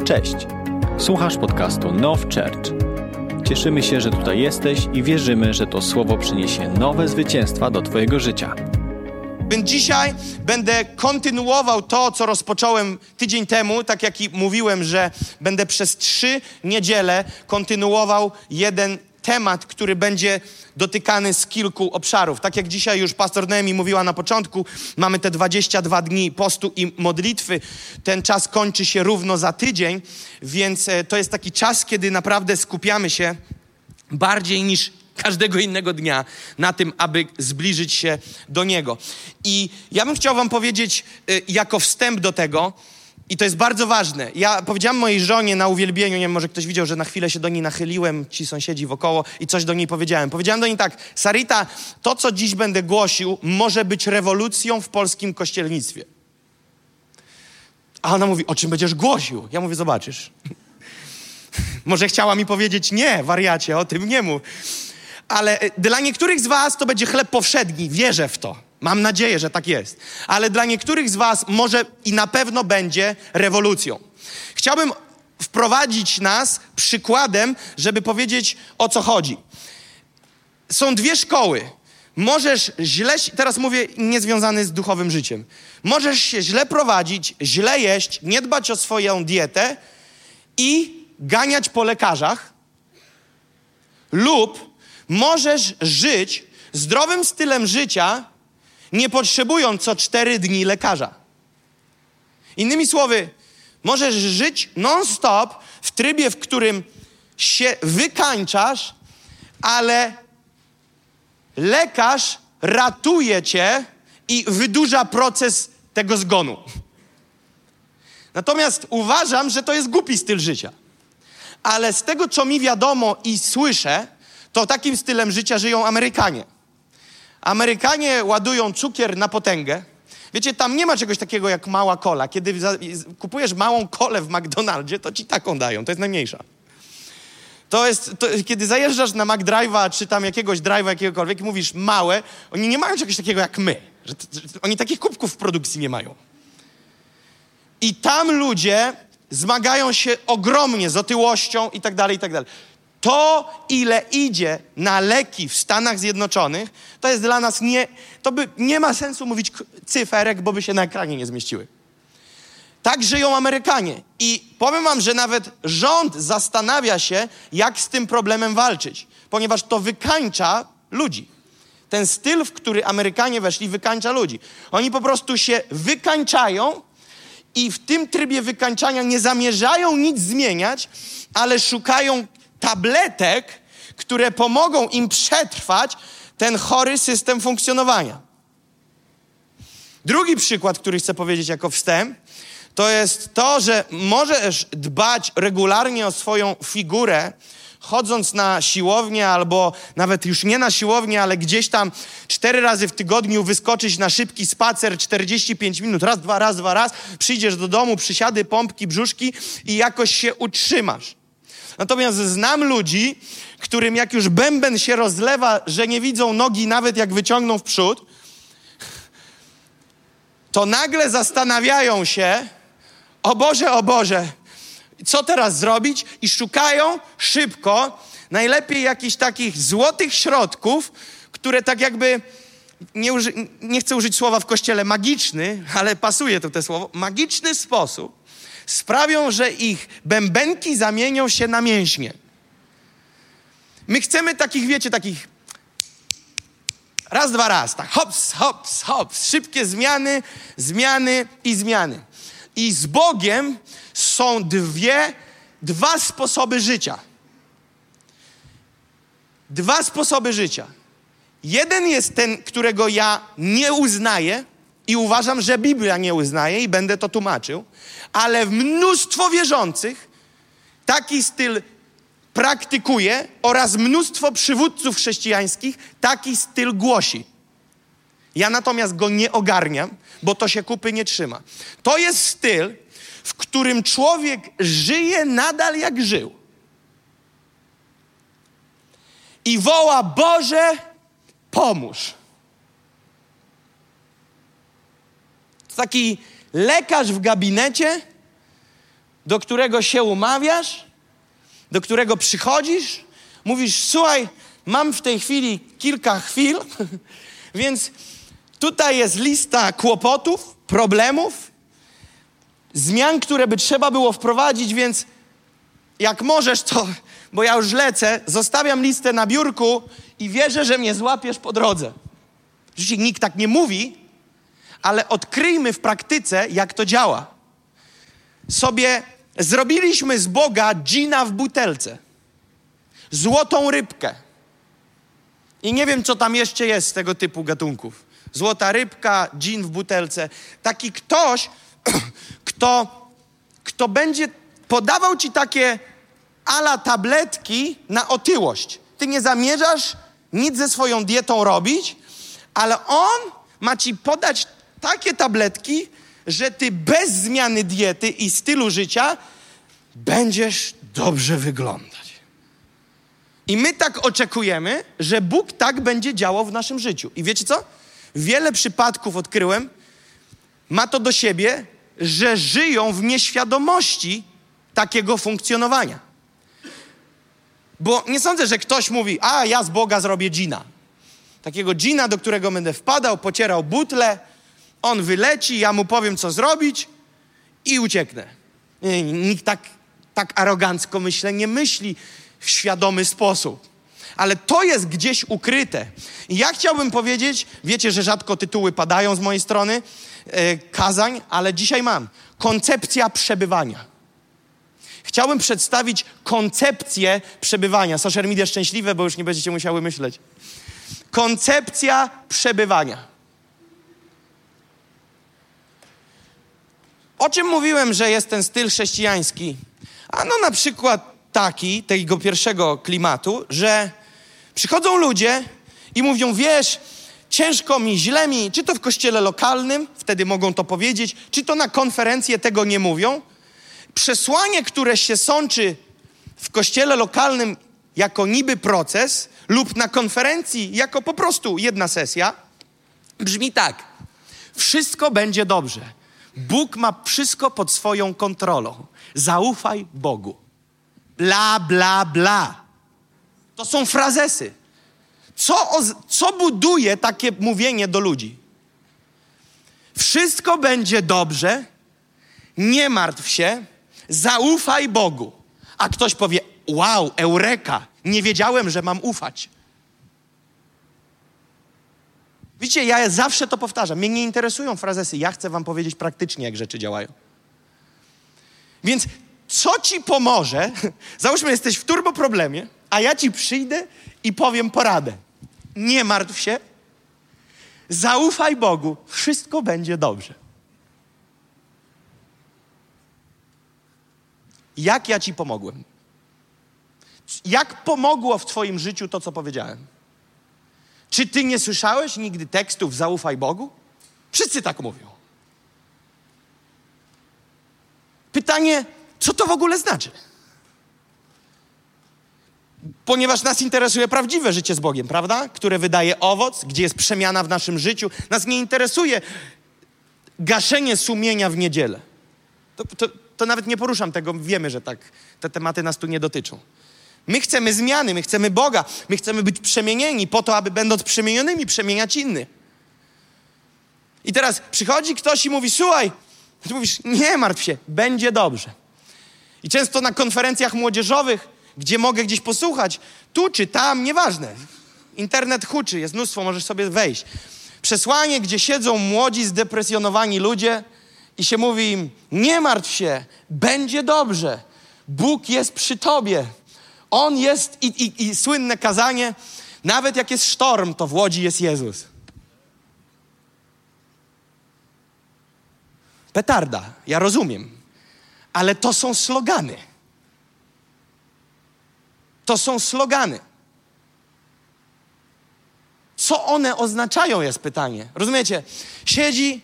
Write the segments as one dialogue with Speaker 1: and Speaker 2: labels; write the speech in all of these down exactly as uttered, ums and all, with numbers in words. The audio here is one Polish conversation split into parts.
Speaker 1: Cześć, słuchasz podcastu Now Church. Cieszymy się, że tutaj jesteś i wierzymy, że to słowo przyniesie nowe zwycięstwa do twojego życia.
Speaker 2: Więc dzisiaj będę kontynuował to, co rozpocząłem tydzień temu, tak jak i mówiłem, że będę przez trzy niedziele kontynuował jeden temat, który będzie dotykany z kilku obszarów. Tak jak dzisiaj już pastor Noemi mówiła na początku, mamy te dwadzieścia dwa dni postu i modlitwy. Ten czas kończy się równo za tydzień, więc to jest taki czas, kiedy naprawdę skupiamy się bardziej niż każdego innego dnia na tym, aby zbliżyć się do Niego. I ja bym chciał wam powiedzieć y, jako wstęp do tego, i to jest bardzo ważne. Ja powiedziałam mojej żonie na uwielbieniu, nie wiem, może ktoś widział, że na chwilę się do niej nachyliłem, ci sąsiedzi wokoło i coś do niej powiedziałem. Powiedziałem do niej tak: Sarita, to co dziś będę głosił może być rewolucją w polskim kościelnictwie. A ona mówi: o czym będziesz głosił? Ja mówię: zobaczysz. Może chciała mi powiedzieć: nie, wariacie, o tym nie mów. Ale dla niektórych z was to będzie chleb powszedni, wierzę w to. Mam nadzieję, że tak jest. Ale dla niektórych z was może i na pewno będzie rewolucją. Chciałbym wprowadzić nas przykładem, żeby powiedzieć, o co chodzi. Są dwie szkoły. Możesz źle, teraz mówię niezwiązany z duchowym życiem. Możesz się źle prowadzić, źle jeść, nie dbać o swoją dietę i ganiać po lekarzach, lub możesz żyć zdrowym stylem życia, nie potrzebując co cztery dni lekarza. Innymi słowy, możesz żyć non-stop w trybie, w którym się wykańczasz, ale lekarz ratuje cię i wydłuża proces tego zgonu. Natomiast uważam, że to jest głupi styl życia. Ale z tego, co mi wiadomo i słyszę, to takim stylem życia żyją Amerykanie. Amerykanie ładują cukier na potęgę. Wiecie, tam nie ma czegoś takiego jak mała kola. Kiedy za, kupujesz małą kolę w McDonaldzie, to ci taką dają. To jest najmniejsza. To jest, to, kiedy zajeżdżasz na McDrive'a, czy tam jakiegoś drive'a jakiegokolwiek i mówisz małe, oni nie mają czegoś takiego jak my. Że, że, oni takich kubków w produkcji nie mają. I tam ludzie zmagają się ogromnie z otyłością i tak dalej, i tak dalej. To, ile idzie na leki w Stanach Zjednoczonych, to jest dla nas nie... To by nie ma sensu mówić cyferek, bo by się na ekranie nie zmieściły. Tak żyją Amerykanie. I powiem wam, że nawet rząd zastanawia się, jak z tym problemem walczyć. Ponieważ to wykańcza ludzi. Ten styl, w który Amerykanie weszli, wykańcza ludzi. Oni po prostu się wykańczają i w tym trybie wykańczania nie zamierzają nic zmieniać, ale szukają tabletek, które pomogą im przetrwać ten chory system funkcjonowania. Drugi przykład, który chcę powiedzieć jako wstęp, to jest to, że możesz dbać regularnie o swoją figurę, chodząc na siłownię albo nawet już nie na siłownię, ale gdzieś tam cztery razy w tygodniu wyskoczyć na szybki spacer czterdzieści pięć minut, raz, dwa, raz, dwa, raz, przyjdziesz do domu, przysiady, pompki, brzuszki i jakoś się utrzymasz. Natomiast znam ludzi, którym jak już bęben się rozlewa, że nie widzą nogi nawet jak wyciągną w przód, to nagle zastanawiają się: o Boże, o Boże, co teraz zrobić? I szukają szybko najlepiej jakichś takich złotych środków, które tak jakby, nie, uży, nie chcę użyć słowa w kościele magiczny, ale pasuje to te słowo, magiczny sposób sprawią, że ich bębenki zamienią się na mięśnie. My chcemy takich, wiecie, takich raz, dwa, raz, tak hops, hops, hops, szybkie zmiany, zmiany i zmiany. I z Bogiem są dwie, dwa sposoby życia. Dwa sposoby życia. Jeden jest ten, którego ja nie uznaję i uważam, że Biblia nie uznaje i będę to tłumaczył, ale mnóstwo wierzących taki styl praktykuje oraz mnóstwo przywódców chrześcijańskich taki styl głosi. Ja natomiast go nie ogarniam, bo to się kupy nie trzyma. To jest styl, w którym człowiek żyje nadal jak żył. I woła: Boże, pomóż. Taki lekarz w gabinecie, do którego się umawiasz, do którego przychodzisz, mówisz, słuchaj, mam w tej chwili kilka chwil, więc tutaj jest lista kłopotów, problemów, zmian, które by trzeba było wprowadzić, więc jak możesz, to, bo ja już lecę, zostawiam listę na biurku i wierzę, że mnie złapiesz po drodze. Oczywiście nikt tak nie mówi, ale odkryjmy w praktyce, jak to działa. Sobie zrobiliśmy z Boga dżina w butelce. Złotą rybkę. I nie wiem, co tam jeszcze jest z tego typu gatunków. Złota rybka, dżin w butelce. Taki ktoś, kto, kto będzie podawał ci takie ala tabletki na otyłość. Ty nie zamierzasz nic ze swoją dietą robić, ale on ma ci podać takie tabletki, że ty bez zmiany diety i stylu życia będziesz dobrze wyglądać. I my tak oczekujemy, że Bóg tak będzie działał w naszym życiu. I wiecie co? Wiele przypadków odkryłem, ma to do siebie, że żyją w nieświadomości takiego funkcjonowania. Bo nie sądzę, że ktoś mówi, a ja z Boga zrobię dżina. Takiego dżina, do którego będę wpadał, pocierał butlę, on wyleci, ja mu powiem, co zrobić i ucieknę. Nikt tak, tak arogancko, myślę, nie myśli w świadomy sposób. Ale to jest gdzieś ukryte. I ja chciałbym powiedzieć, wiecie, że rzadko tytuły padają z mojej strony, e, kazań, ale dzisiaj mam. Koncepcja przebywania. Chciałbym przedstawić koncepcję przebywania. Social media szczęśliwe, bo już nie będziecie musiały myśleć. Koncepcja przebywania. O czym mówiłem, że jest ten styl chrześcijański? A no na przykład taki, tego pierwszego klimatu, że przychodzą ludzie i mówią, wiesz, ciężko mi, źle mi, czy to w kościele lokalnym, wtedy mogą to powiedzieć, czy to na konferencję, tego nie mówią. Przesłanie, które się sączy w kościele lokalnym jako niby proces lub na konferencji jako po prostu jedna sesja, brzmi tak. Wszystko będzie dobrze. Bóg ma wszystko pod swoją kontrolą. Zaufaj Bogu. Bla, bla, bla. To są frazesy. Co, co buduje takie mówienie do ludzi? Wszystko będzie dobrze, nie martw się, zaufaj Bogu. A ktoś powie, wow, eureka, nie wiedziałem, że mam ufać. Widzicie, ja zawsze to powtarzam. Mnie nie interesują frazesy. Ja chcę wam powiedzieć praktycznie, jak rzeczy działają. Więc co ci pomoże? Załóżmy, jesteś w turbo problemie, a ja ci przyjdę i powiem poradę. Nie martw się. Zaufaj Bogu. Wszystko będzie dobrze. Jak ja ci pomogłem? Jak pomogło w twoim życiu to, co powiedziałem? Czy ty nie słyszałeś nigdy tekstów zaufaj Bogu? Wszyscy tak mówią. Pytanie, co to w ogóle znaczy? Ponieważ nas interesuje prawdziwe życie z Bogiem, prawda? Które wydaje owoc, gdzie jest przemiana w naszym życiu. Nas nie interesuje gaszenie sumienia w niedzielę. To, to, to nawet nie poruszam tego, wiemy, że tak te tematy nas tu nie dotyczą. My chcemy zmiany, my chcemy Boga, my chcemy być przemienieni po to, aby będąc przemienionymi, przemieniać innych. I teraz przychodzi ktoś i mówi, słuchaj, ty mówisz, nie martw się, będzie dobrze. I często na konferencjach młodzieżowych, gdzie mogę gdzieś posłuchać, tu czy tam, nieważne. Internet huczy, jest mnóstwo, możesz sobie wejść. Przesłanie, gdzie siedzą młodzi, zdepresjonowani ludzie i się mówi im, nie martw się, będzie dobrze. Bóg jest przy tobie. On jest i, i, i słynne kazanie, nawet jak jest sztorm, to w łodzi jest Jezus. Petarda, ja rozumiem, ale to są slogany. To są slogany. Co one oznaczają, jest pytanie. Rozumiecie? Siedzi,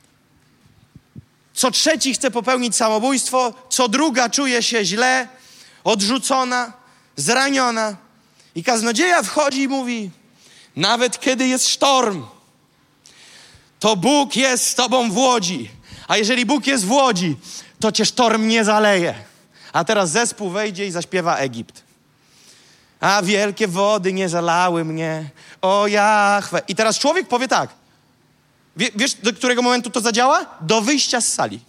Speaker 2: co trzeci chce popełnić samobójstwo, co druga czuje się źle, odrzucona, zraniona. I kaznodzieja wchodzi i mówi, nawet kiedy jest sztorm, to Bóg jest z tobą w łodzi. A jeżeli Bóg jest w łodzi, to cię sztorm nie zaleje. A teraz zespół wejdzie i zaśpiewa Egipt. A wielkie wody nie zalały mnie, o Jahwe. I teraz człowiek powie tak, Wie, wiesz, do którego momentu to zadziała? Do wyjścia z sali.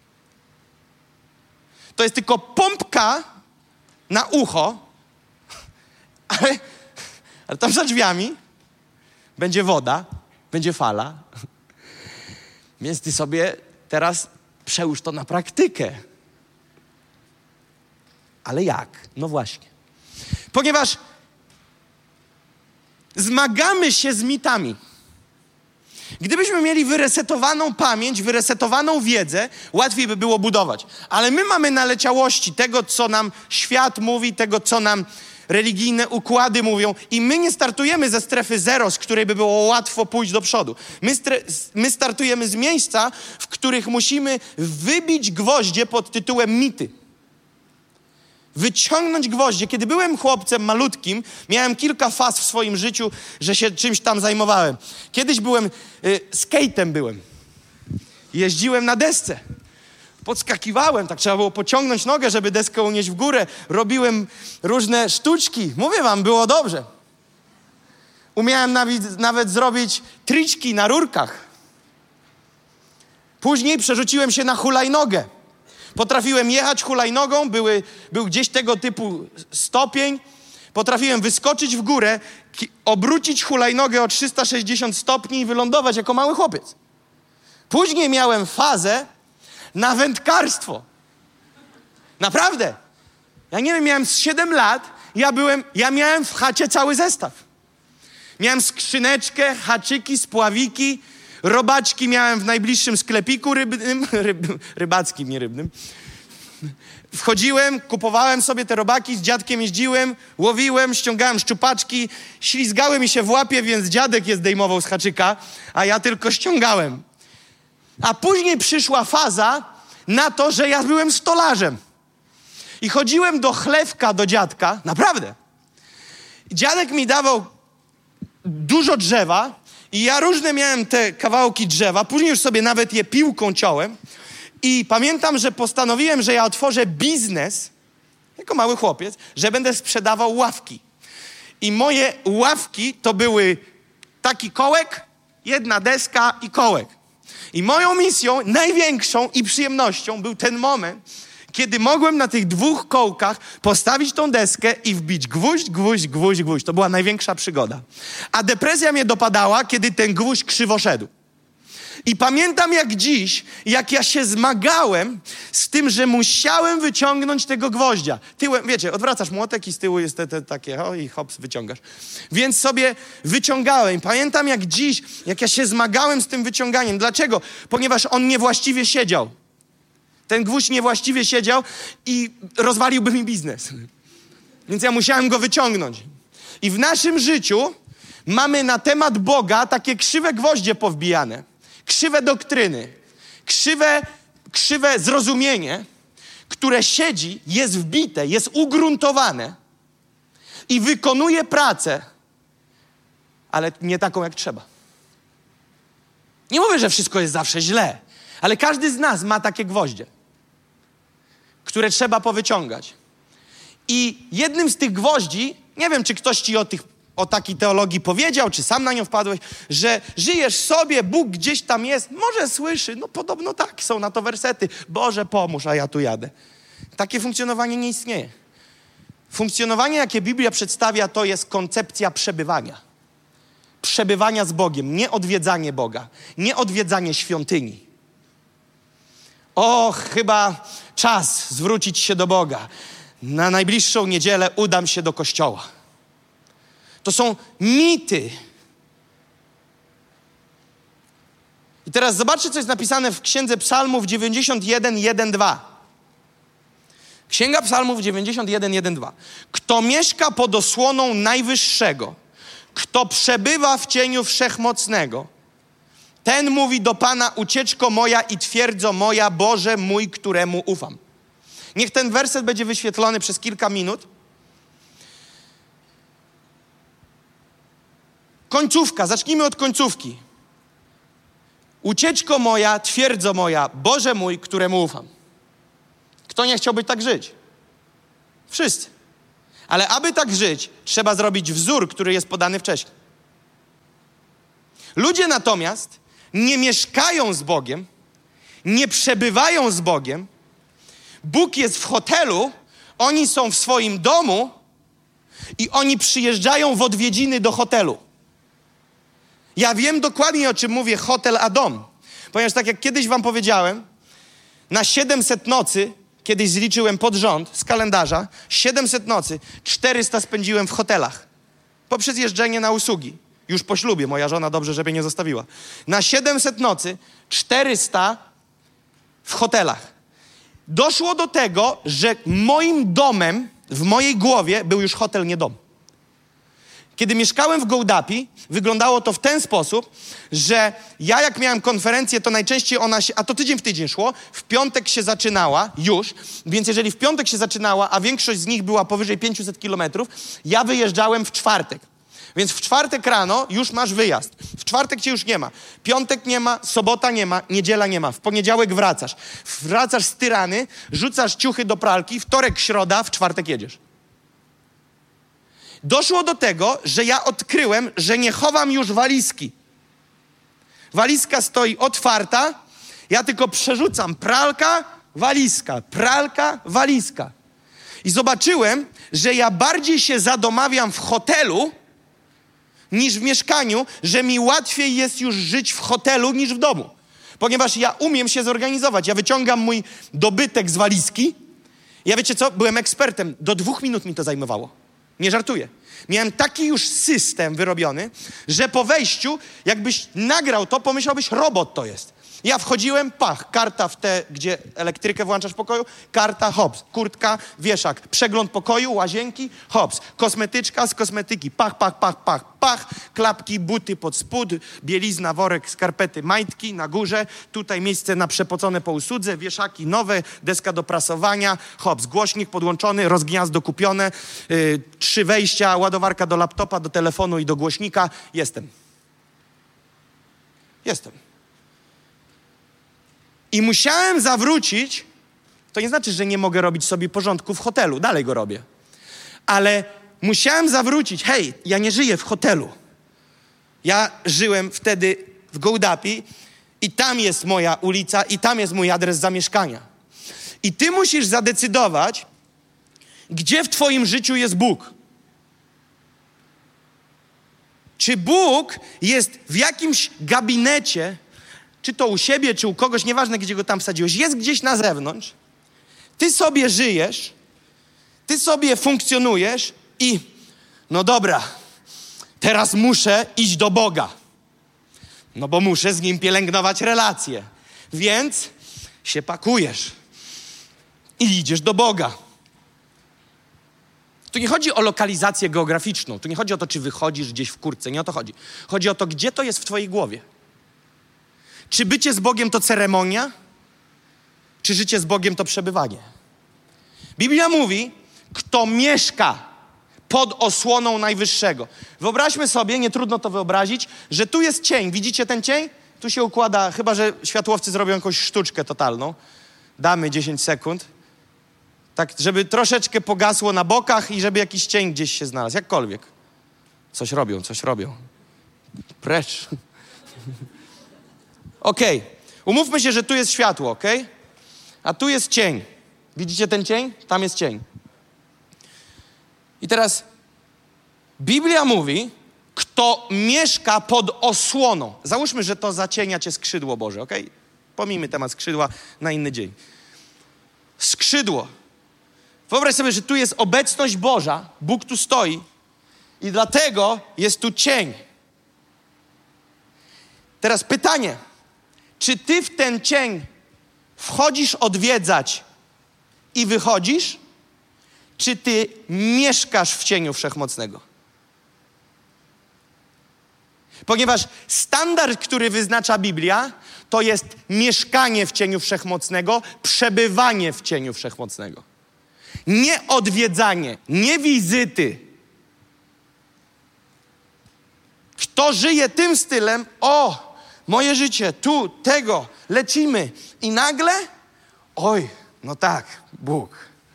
Speaker 2: To jest tylko pompka na ucho, ale, ale tam za drzwiami będzie woda, będzie fala. Więc ty sobie teraz przełóż to na praktykę. Ale jak? No właśnie. Ponieważ zmagamy się z mitami. Gdybyśmy mieli wyresetowaną pamięć, wyresetowaną wiedzę, łatwiej by było budować. Ale my mamy naleciałości tego, co nam świat mówi, tego, co nam religijne układy mówią i my nie startujemy ze strefy zero, z której by było łatwo pójść do przodu. My, stre- my startujemy z miejsca, w których musimy wybić gwoździe pod tytułem mity. Wyciągnąć gwoździe. Kiedy byłem chłopcem malutkim, miałem kilka faz w swoim życiu, że się czymś tam zajmowałem. Kiedyś byłem, y, skatem byłem. Jeździłem na desce. Podskakiwałem, tak trzeba było pociągnąć nogę, żeby deskę unieść w górę. Robiłem różne sztuczki. Mówię wam, było dobrze. Umiałem nawet, nawet zrobić triczki na rurkach. Później przerzuciłem się na hulajnogę. Potrafiłem jechać hulajnogą, były, był gdzieś tego typu stopień. Potrafiłem wyskoczyć w górę, ki- obrócić hulajnogę o trzysta sześćdziesiąt stopni i wylądować jako mały chłopiec. Później miałem fazę na wędkarstwo. Naprawdę. Ja nie wiem, miałem z siedem lat, ja byłem, ja miałem w chacie cały zestaw. Miałem skrzyneczkę, haczyki, spławiki, robaczki miałem w najbliższym sklepiku rybnym, ryb, rybackim, nie rybnym. Wchodziłem, kupowałem sobie te robaki, z dziadkiem jeździłem, łowiłem, ściągałem szczupaczki, ślizgały mi się w łapie, więc dziadek je zdejmował z haczyka, a ja tylko ściągałem. A później przyszła faza na to, że ja byłem stolarzem. I chodziłem do chlewka do dziadka, naprawdę. Dziadek mi dawał dużo drzewa i ja różne miałem te kawałki drzewa, później już sobie nawet je piłką ciąłem i pamiętam, że postanowiłem, że ja otworzę biznes, jako mały chłopiec, że będę sprzedawał ławki. I moje ławki to były taki kołek, jedna deska i kołek. I moją misją, największą i przyjemnością był ten moment, kiedy mogłem na tych dwóch kołkach postawić tą deskę i wbić gwóźdź, gwóźdź, gwóźdź, gwóźdź. To była największa przygoda. A depresja mnie dopadała, kiedy ten gwóźdź krzywo szedł. I pamiętam jak dziś, jak ja się zmagałem z tym, że musiałem wyciągnąć tego gwoździa. Tyłem, wiecie, odwracasz młotek i z tyłu jest te, te takie, o i hops, wyciągasz. Więc sobie wyciągałem. Pamiętam jak dziś, jak ja się zmagałem z tym wyciąganiem. Dlaczego? Ponieważ on niewłaściwie siedział. Ten gwóźdź niewłaściwie siedział i rozwaliłby mi biznes. Więc ja musiałem go wyciągnąć. I w naszym życiu mamy na temat Boga takie krzywe gwoździe powbijane. Krzywe doktryny. Krzywe, krzywe zrozumienie, które siedzi, jest wbite, jest ugruntowane i wykonuje pracę, ale nie taką jak trzeba. Nie mówię, że wszystko jest zawsze źle, ale każdy z nas ma takie gwoździe, które trzeba powyciągać. I jednym z tych gwoździ, nie wiem, czy ktoś ci o, tych, o takiej teologii powiedział, czy sam na nią wpadłeś, że żyjesz sobie, Bóg gdzieś tam jest, może słyszy, no podobno tak, są na to wersety. Boże, pomóż, a ja tu jadę. Takie funkcjonowanie nie istnieje. Funkcjonowanie, jakie Biblia przedstawia, to jest koncepcja przebywania. Przebywania z Bogiem, nie odwiedzanie Boga, nie odwiedzanie świątyni. O, chyba czas zwrócić się do Boga. Na najbliższą niedzielę udam się do kościoła. To są mity. I teraz zobaczcie, co jest napisane w Księdze Psalmów dziewięćdziesiąt jeden, jeden, dwa. Księga Psalmów dziewięćdziesiąt jeden, jeden, dwa. Kto mieszka pod osłoną Najwyższego, kto przebywa w cieniu Wszechmocnego, ten mówi do Pana: ucieczko moja i twierdzo moja, Boże mój, któremu ufam. Niech ten werset będzie wyświetlony przez kilka minut. Końcówka, zacznijmy od końcówki. Ucieczko moja, twierdzo moja, Boże mój, któremu ufam. Kto nie chciałby tak żyć? Wszyscy. Ale aby tak żyć, trzeba zrobić wzór, który jest podany wcześniej. Ludzie natomiast nie mieszkają z Bogiem, nie przebywają z Bogiem. Bóg jest w hotelu, oni są w swoim domu i oni przyjeżdżają w odwiedziny do hotelu. Ja wiem dokładnie, o czym mówię, hotel a dom. Ponieważ tak jak kiedyś wam powiedziałem, na siedemset nocy, kiedyś zliczyłem pod rząd z kalendarza, siedemset nocy, czterysta spędziłem w hotelach. Poprzez jeżdżenie na usługi. Już po ślubie, moja żona dobrze, żeby nie zostawiła. Na siedemset nocy, czterysta w hotelach. Doszło do tego, że moim domem, w mojej głowie był już hotel, nie dom. Kiedy mieszkałem w Gołdapi, wyglądało to w ten sposób, że ja jak miałem konferencję, to najczęściej ona się, a to tydzień w tydzień szło, w piątek się zaczynała już, więc jeżeli w piątek się zaczynała, a większość z nich była powyżej pięćset kilometrów, ja wyjeżdżałem w czwartek. Więc w czwartek rano już masz wyjazd. W czwartek cię już nie ma. Piątek nie ma, sobota nie ma, niedziela nie ma. W poniedziałek wracasz. Wracasz z Tyrany, rzucasz ciuchy do pralki, wtorek, środa, w czwartek jedziesz. Doszło do tego, że ja odkryłem, że nie chowam już walizki. Walizka stoi otwarta, ja tylko przerzucam pralka, walizka, pralka, walizka. I zobaczyłem, że ja bardziej się zadomawiam w hotelu niż w mieszkaniu, że mi łatwiej jest już żyć w hotelu niż w domu. Ponieważ ja umiem się zorganizować. Ja wyciągam mój dobytek z walizki. Ja wiecie co? Byłem ekspertem. Do dwóch minut mi to zajmowało. Nie żartuję. Miałem taki już system wyrobiony, że po wejściu, jakbyś nagrał to, pomyślałbyś, robot to jest. Ja wchodziłem, pach, karta w te, gdzie elektrykę włączasz w pokoju, karta, hops, kurtka, wieszak, przegląd pokoju, łazienki, hops, kosmetyczka z kosmetyki, pach, pach, pach, pach, pach, klapki, buty pod spód, bielizna, worek, skarpety, majtki na górze, tutaj miejsce na przepocone po usłudze, wieszaki nowe, deska do prasowania, hops, głośnik podłączony, rozgniazdo kupione, yy, trzy wejścia, ładowarka do laptopa, do telefonu i do głośnika. Jestem. Jestem. I musiałem zawrócić, to nie znaczy, że nie mogę robić sobie porządku w hotelu, dalej go robię. Ale musiałem zawrócić, hej, ja nie żyję w hotelu. Ja żyłem wtedy w Gołdapi i tam jest moja ulica i tam jest mój adres zamieszkania. I ty musisz zadecydować, gdzie w twoim życiu jest Bóg. Czy Bóg jest w jakimś gabinecie, czy to u siebie, czy u kogoś, nieważne gdzie go tam wsadziłeś, jest gdzieś na zewnątrz, ty sobie żyjesz, ty sobie funkcjonujesz i no dobra, teraz muszę iść do Boga, no bo muszę z Nim pielęgnować relacje, więc się pakujesz i idziesz do Boga. Tu nie chodzi o lokalizację geograficzną, tu nie chodzi o to, czy wychodzisz gdzieś w kurtce, nie o to chodzi. Chodzi o to, gdzie to jest w twojej głowie. Czy bycie z Bogiem to ceremonia? Czy życie z Bogiem to przebywanie? Biblia mówi, kto mieszka pod osłoną Najwyższego. Wyobraźmy sobie, nie trudno to wyobrazić, że tu jest cień. Widzicie ten cień? Tu się układa, chyba że światłowcy zrobią jakąś sztuczkę totalną. Damy dziesięć sekund. Tak, żeby troszeczkę pogasło na bokach i żeby jakiś cień gdzieś się znalazł. Jakkolwiek. Coś robią, coś robią. Precz. Okej, okay. Umówmy się, że tu jest światło, okej? Okay? A tu jest cień. Widzicie ten cień? Tam jest cień. I teraz Biblia mówi, kto mieszka pod osłoną. Załóżmy, że to zacienia cię skrzydło Boże, okej? Okay? Pomijmy temat skrzydła na inny dzień. Skrzydło. Wyobraź sobie, że tu jest obecność Boża, Bóg tu stoi i dlatego jest tu cień. Teraz pytanie. Czy ty w ten cień wchodzisz odwiedzać i wychodzisz? Czy ty mieszkasz w cieniu Wszechmocnego? Ponieważ standard, który wyznacza Biblia, to jest mieszkanie w cieniu Wszechmocnego, przebywanie w cieniu Wszechmocnego. Nie odwiedzanie, nie wizyty. Kto żyje tym stylem, o, moje życie, tu, tego, lecimy. I nagle, oj, no tak, Bóg.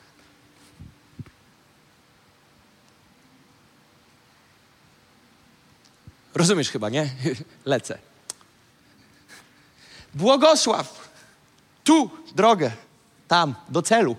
Speaker 2: Rozumiesz chyba, nie? Lecę. Błogosław tu drogę, tam, do celu.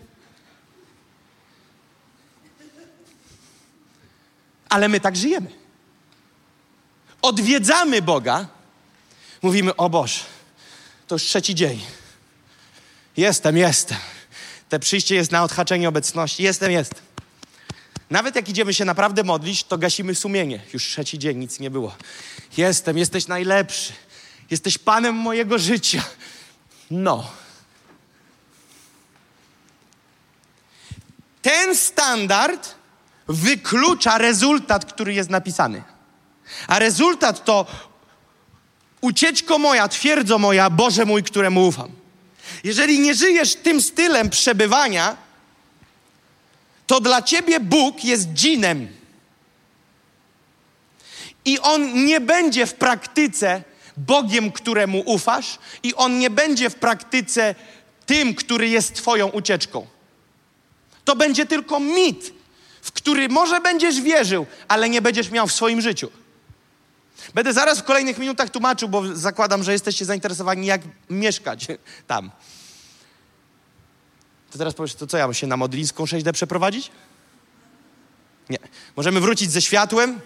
Speaker 2: Ale my tak żyjemy. Odwiedzamy Boga. Mówimy, o Boże, to już trzeci dzień. Jestem, jestem. Te przyjście jest na odhaczenie obecności. Jestem, jestem. Nawet jak idziemy się naprawdę modlić, to gasimy sumienie. Już trzeci dzień, nic nie było. Jestem, jesteś najlepszy. Jesteś Panem mojego życia. No. Ten standard wyklucza rezultat, który jest napisany. A rezultat to ucieczko moja, twierdzo moja, Boże mój, któremu ufam. Jeżeli nie żyjesz tym stylem przebywania, to dla ciebie Bóg jest dżinem. I On nie będzie w praktyce Bogiem, któremu ufasz, i On nie będzie w praktyce tym, który jest twoją ucieczką. To będzie tylko mit, w który może będziesz wierzył, ale nie będziesz miał w swoim życiu. Będę zaraz w kolejnych minutach tłumaczył, bo zakładam, że jesteście zainteresowani, jak mieszkać tam. To teraz powiesz, to co, ja mam się na Modlińską sześć D przeprowadzić? Nie. Możemy wrócić ze światłem.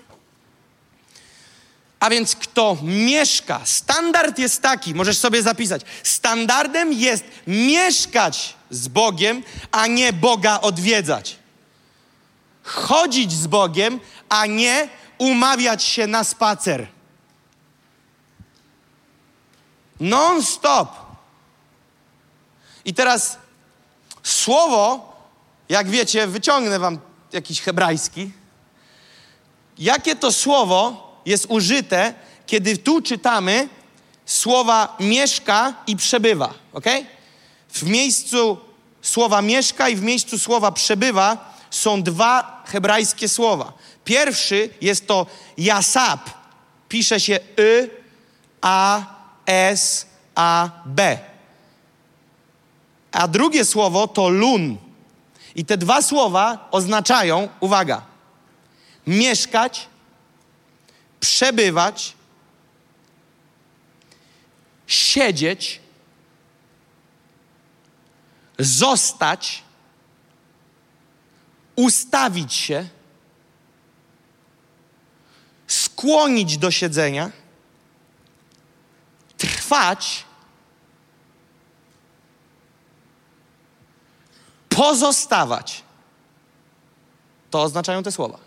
Speaker 2: A więc kto mieszka, standard jest taki, możesz sobie zapisać, standardem jest mieszkać z Bogiem, a nie Boga odwiedzać. Chodzić z Bogiem, a nie umawiać się na spacer. Non-stop. I teraz słowo, jak wiecie, wyciągnę wam jakiś hebrajski. Jakie to słowo jest użyte, kiedy tu czytamy słowa mieszka i przebywa, ok? W miejscu słowa mieszka i w miejscu słowa przebywa są dwa hebrajskie słowa. Pierwszy jest to jasab. Pisze się y, a, s, a, b. A drugie słowo to lun. I te dwa słowa oznaczają, uwaga, mieszkać, przebywać, siedzieć, zostać, ustawić się, skłonić do siedzenia, trwać, pozostawać. To oznaczają te słowa.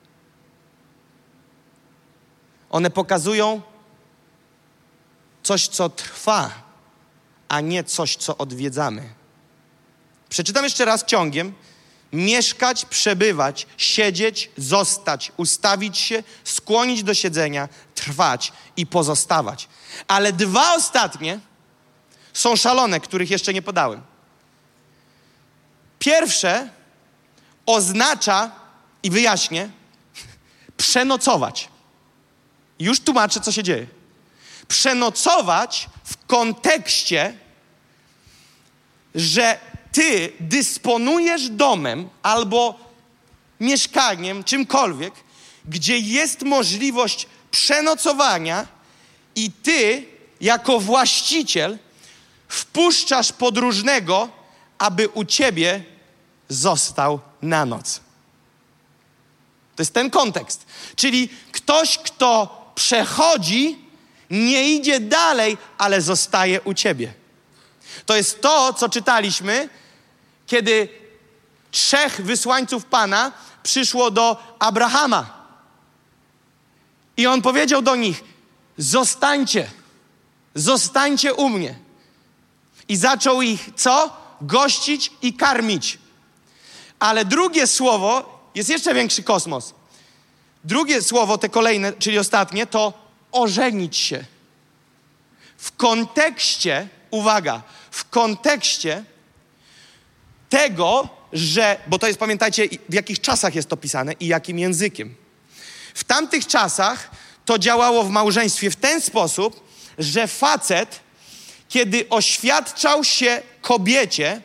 Speaker 2: One pokazują coś, co trwa, a nie coś, co odwiedzamy. Przeczytam jeszcze raz ciągiem. Mieszkać, przebywać, siedzieć, zostać, ustawić się, skłonić do siedzenia, trwać i pozostawać. Ale dwa ostatnie są szalone, których jeszcze nie podałem. Pierwsze oznacza, i wyjaśnię, przenocować. Już tłumaczę, co się dzieje. Przenocować w kontekście, że ty dysponujesz domem albo mieszkaniem, czymkolwiek, gdzie jest możliwość przenocowania i ty, jako właściciel, wpuszczasz podróżnego, aby u ciebie został na noc. To jest ten kontekst. Czyli ktoś, kto przechodzi, nie idzie dalej, ale zostaje u ciebie. To jest to, co czytaliśmy, kiedy trzech wysłańców Pana przyszło do Abrahama. I on powiedział do nich, zostańcie, zostańcie u mnie. I zaczął ich, co? Gościć i karmić. Ale drugie słowo, jest jeszcze większy kosmos. Drugie słowo, te kolejne, czyli ostatnie, to ożenić się. W kontekście, uwaga, w kontekście tego, że, bo to jest, pamiętajcie, w jakich czasach jest to pisane i jakim językiem. W tamtych czasach to działało w małżeństwie w ten sposób, że facet, kiedy oświadczał się kobiecie,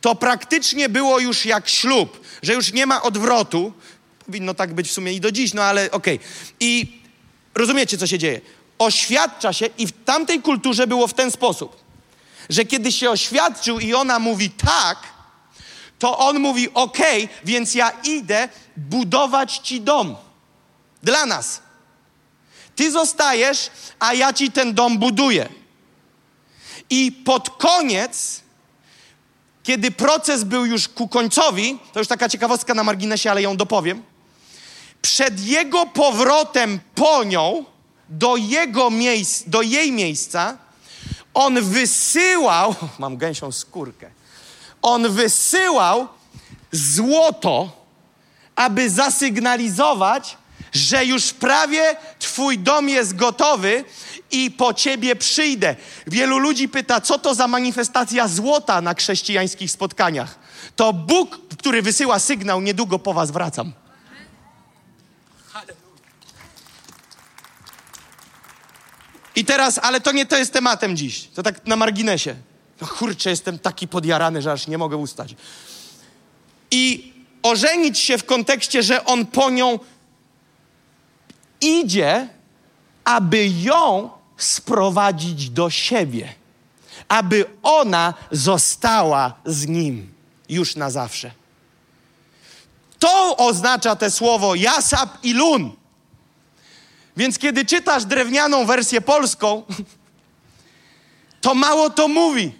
Speaker 2: to praktycznie było już jak ślub, że już nie ma odwrotu. Powinno tak być w sumie i do dziś, no ale okej. Okay. I rozumiecie, co się dzieje? Oświadcza się i w tamtej kulturze było w ten sposób, że kiedy się oświadczył i ona mówi tak, to on mówi okej, okay, więc ja idę budować ci dom. Dla nas. Ty zostajesz, a ja ci ten dom buduję. I pod koniec, kiedy proces był już ku końcowi, to już taka ciekawostka na marginesie, ale ją dopowiem. Przed jego powrotem po nią do jego miejsc, do jej miejsca, on wysyłał, mam gęsią skórkę, on wysyłał złoto, aby zasygnalizować, że już prawie twój dom jest gotowy i po ciebie przyjdę. Wielu ludzi pyta, co to za manifestacja złota na chrześcijańskich spotkaniach. To Bóg, który wysyła sygnał, niedługo po was wracam. I teraz, ale to nie to jest tematem dziś. To tak na marginesie. No kurczę, jestem taki podjarany, że aż nie mogę ustać. I ożenić się w kontekście, że on po nią idzie, aby ją sprowadzić do siebie. Aby ona została z nim już na zawsze. To oznacza te słowo jasap i lun. Więc kiedy czytasz drewnianą wersję polską, to mało to mówi.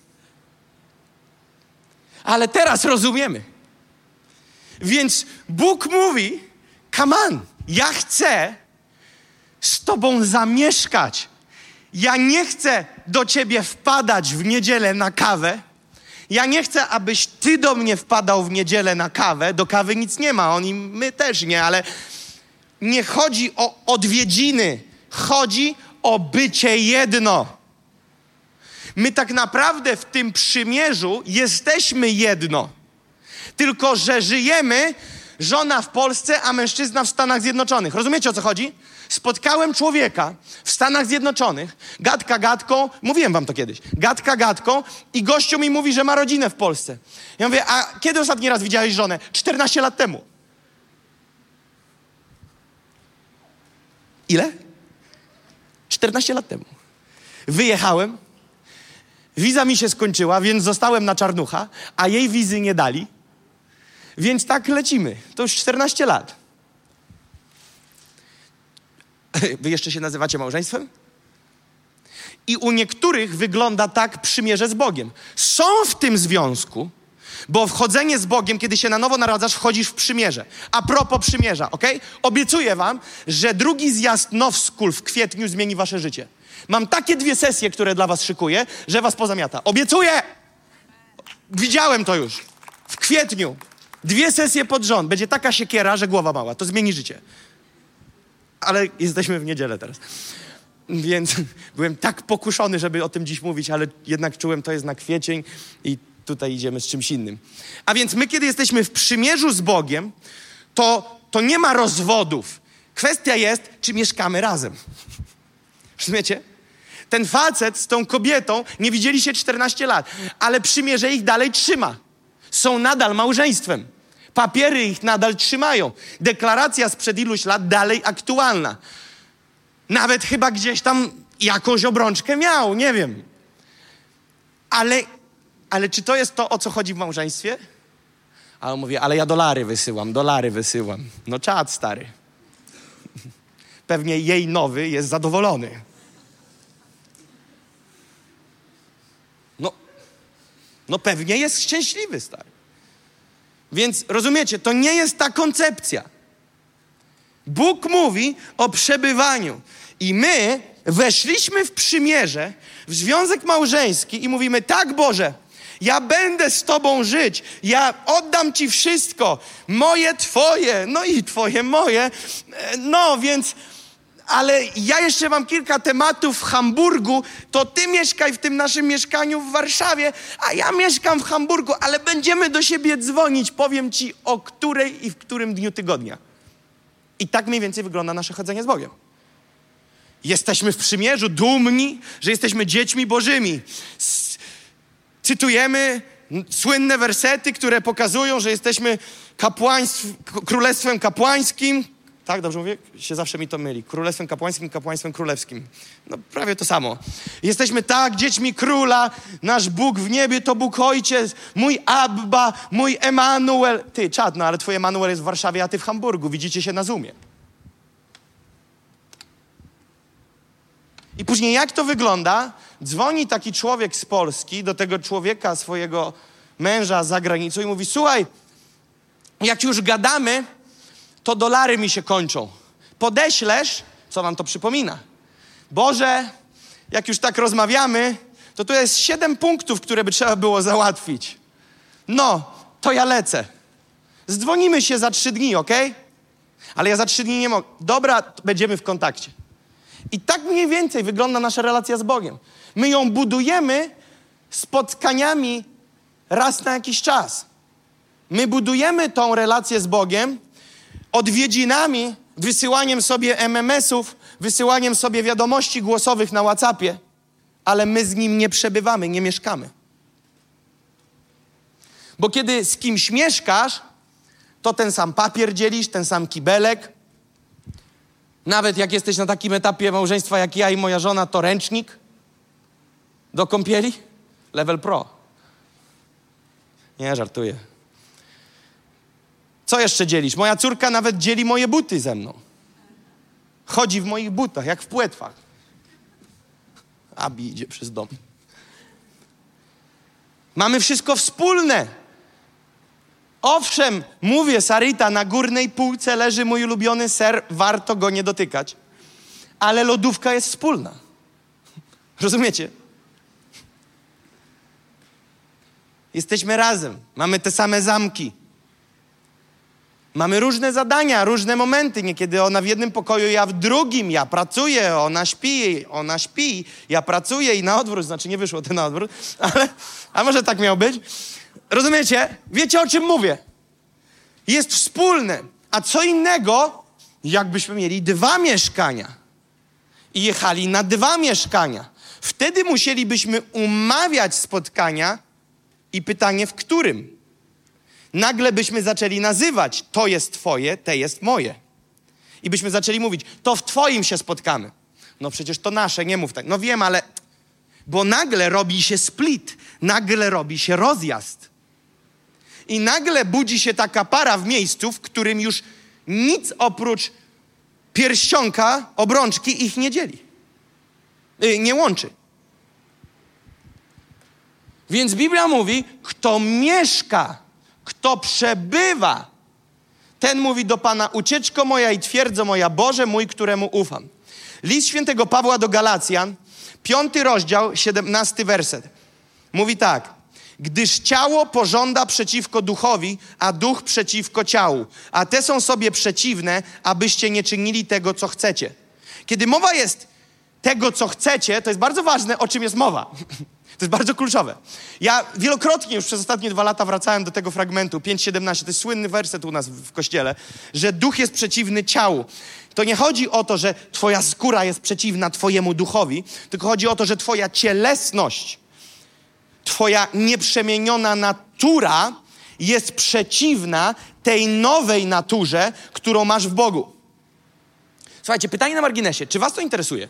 Speaker 2: Ale teraz rozumiemy. Więc Bóg mówi, come on, ja chcę z tobą zamieszkać. Ja nie chcę do ciebie wpadać w niedzielę na kawę. Ja nie chcę, abyś ty do mnie wpadał w niedzielę na kawę. Do kawy nic nie ma, on i my też nie, ale nie chodzi o odwiedziny. Chodzi o bycie jedno. My tak naprawdę w tym przymierzu jesteśmy jedno. Tylko że żyjemy, żona w Polsce, a mężczyzna w Stanach Zjednoczonych. Rozumiecie, o co chodzi? Spotkałem człowieka w Stanach Zjednoczonych, gadka gadką, mówiłem wam to kiedyś, gadka gadką i gościu mi mówi, że ma rodzinę w Polsce. Ja mówię, a kiedy ostatni raz widziałeś żonę? czternaście lat temu. Ile? czternaście lat temu. Wyjechałem, wiza mi się skończyła, więc zostałem na czarnucha, a jej wizy nie dali, więc tak lecimy. To już czternaście lat. Wy jeszcze się nazywacie małżeństwem? I u niektórych wygląda tak przymierze z Bogiem. Są w tym związku, bo wchodzenie z Bogiem, kiedy się na nowo narodzasz, wchodzisz w przymierze. A propos przymierza, okej? Okay? Obiecuję wam, że drugi zjazd Now School w kwietniu zmieni wasze życie. Mam takie dwie sesje, które dla was szykuję, że was pozamiata. Obiecuję! Widziałem to już. W kwietniu. Dwie sesje pod rząd. Będzie taka siekiera, że głowa mała. To zmieni życie. Ale jesteśmy w niedzielę teraz. Więc byłem tak pokuszony, żeby o tym dziś mówić, ale jednak czułem, to jest na kwiecień i tutaj idziemy z czymś innym. A więc my, kiedy jesteśmy w przymierzu z Bogiem, to, to nie ma rozwodów. Kwestia jest, czy mieszkamy razem. Rozumiecie? Ten facet z tą kobietą nie widzieli się czternaście lat, ale przymierze ich dalej trzyma. Są nadal małżeństwem. Papiery ich nadal trzymają. Deklaracja sprzed iluś lat dalej aktualna. Nawet chyba gdzieś tam jakąś obrączkę miał, nie wiem. Ale, ale czy to jest to, o co chodzi w małżeństwie? A on mówi, ale ja dolary wysyłam, dolary wysyłam. No czad, stary. Pewnie jej nowy jest zadowolony. No, no pewnie jest szczęśliwy, stary. Więc rozumiecie, to nie jest ta koncepcja. Bóg mówi o przebywaniu. I my weszliśmy w przymierze, w związek małżeński i mówimy, tak Boże, ja będę z Tobą żyć, ja oddam Ci wszystko, moje Twoje, no i Twoje moje. No więc, ale ja jeszcze mam kilka tematów w Hamburgu, to Ty mieszkaj w tym naszym mieszkaniu w Warszawie, a ja mieszkam w Hamburgu, ale będziemy do siebie dzwonić, powiem Ci o której i w którym dniu tygodnia. I tak mniej więcej wygląda nasze chodzenie z Bogiem. Jesteśmy w przymierzu, dumni, że jesteśmy dziećmi Bożymi. Cytujemy słynne wersety, które pokazują, że jesteśmy kapłaństw, królestwem kapłańskim. Tak, dobrze mówię? Się zawsze mi to myli. Królestwem kapłańskim, kapłaństwem królewskim. No prawie to samo. Jesteśmy tak, dziećmi króla, nasz Bóg w niebie to Bóg Ojciec, mój Abba, mój Emanuel. Ty, czad, no ale twój Emanuel jest w Warszawie, a ty w Hamburgu. Widzicie się na Zoomie. I później jak to wygląda? Dzwoni taki człowiek z Polski do tego człowieka, swojego męża za granicą i mówi, słuchaj, jak już gadamy, to dolary mi się kończą. Podeślesz, co nam to przypomina? Boże, jak już tak rozmawiamy, to tu jest siedem punktów, które by trzeba było załatwić. No, to ja lecę. Zdzwonimy się za trzy dni, okej? Okay? Ale ja za trzy dni nie mogę. Dobra, będziemy w kontakcie. I tak mniej więcej wygląda nasza relacja z Bogiem. My ją budujemy spotkaniami raz na jakiś czas. My budujemy tą relację z Bogiem odwiedzinami, wysyłaniem sobie em em esów, wysyłaniem sobie wiadomości głosowych na WhatsAppie, ale my z Nim nie przebywamy, nie mieszkamy. Bo kiedy z kimś mieszkasz, to ten sam papier dzielisz, ten sam kibelek. Nawet jak jesteś na takim etapie małżeństwa jak ja i moja żona, to ręcznik do kąpieli. Level pro. Nie, żartuję. Co jeszcze dzielisz? Moja córka nawet dzieli moje buty ze mną. Chodzi w moich butach, jak w płetwach. Abi idzie przez dom. Mamy wszystko wspólne. Owszem, mówię, Sarita, na górnej półce leży mój ulubiony ser, warto go nie dotykać. Ale lodówka jest wspólna. Rozumiecie? Jesteśmy razem. Mamy te same zamki. Mamy różne zadania, różne momenty. Niekiedy ona w jednym pokoju, ja w drugim. Ja pracuję, ona śpi, ona śpi. Ja pracuję i na odwrót. Znaczy nie wyszło to na odwrót, ale a może tak miało być. Rozumiecie? Wiecie, o czym mówię? Jest wspólne. A co innego, jakbyśmy mieli dwa mieszkania i jechali na dwa mieszkania. Wtedy musielibyśmy umawiać spotkania i pytanie, w którym? Nagle byśmy zaczęli nazywać, to jest twoje, te jest moje. I byśmy zaczęli mówić, to w twoim się spotkamy. No przecież to nasze, nie mów tak. No wiem, ale... Bo nagle robi się split, nagle robi się rozjazd. I nagle budzi się taka para w miejscu, w którym już nic oprócz pierścionka, obrączki ich nie dzieli. Yy, nie łączy. Więc Biblia mówi, kto mieszka, kto przebywa, ten mówi do Pana, ucieczko moja i twierdzo moja, Boże mój, któremu ufam. List świętego Pawła do Galacjan, piąty rozdział, siedemnasty werset. Mówi tak, gdyż ciało pożąda przeciwko duchowi, a duch przeciwko ciału. A te są sobie przeciwne, abyście nie czynili tego, co chcecie. Kiedy mowa jest tego, co chcecie, to jest bardzo ważne, o czym jest mowa. To jest bardzo kluczowe. Ja wielokrotnie już przez ostatnie dwa lata wracałem do tego fragmentu, pięć siedemnaście, to jest słynny werset u nas w kościele, że duch jest przeciwny ciału. To nie chodzi o to, że twoja skóra jest przeciwna twojemu duchowi, tylko chodzi o to, że twoja cielesność, twoja nieprzemieniona natura jest przeciwna tej nowej naturze, którą masz w Bogu. Słuchajcie, pytanie na marginesie. Czy was to interesuje?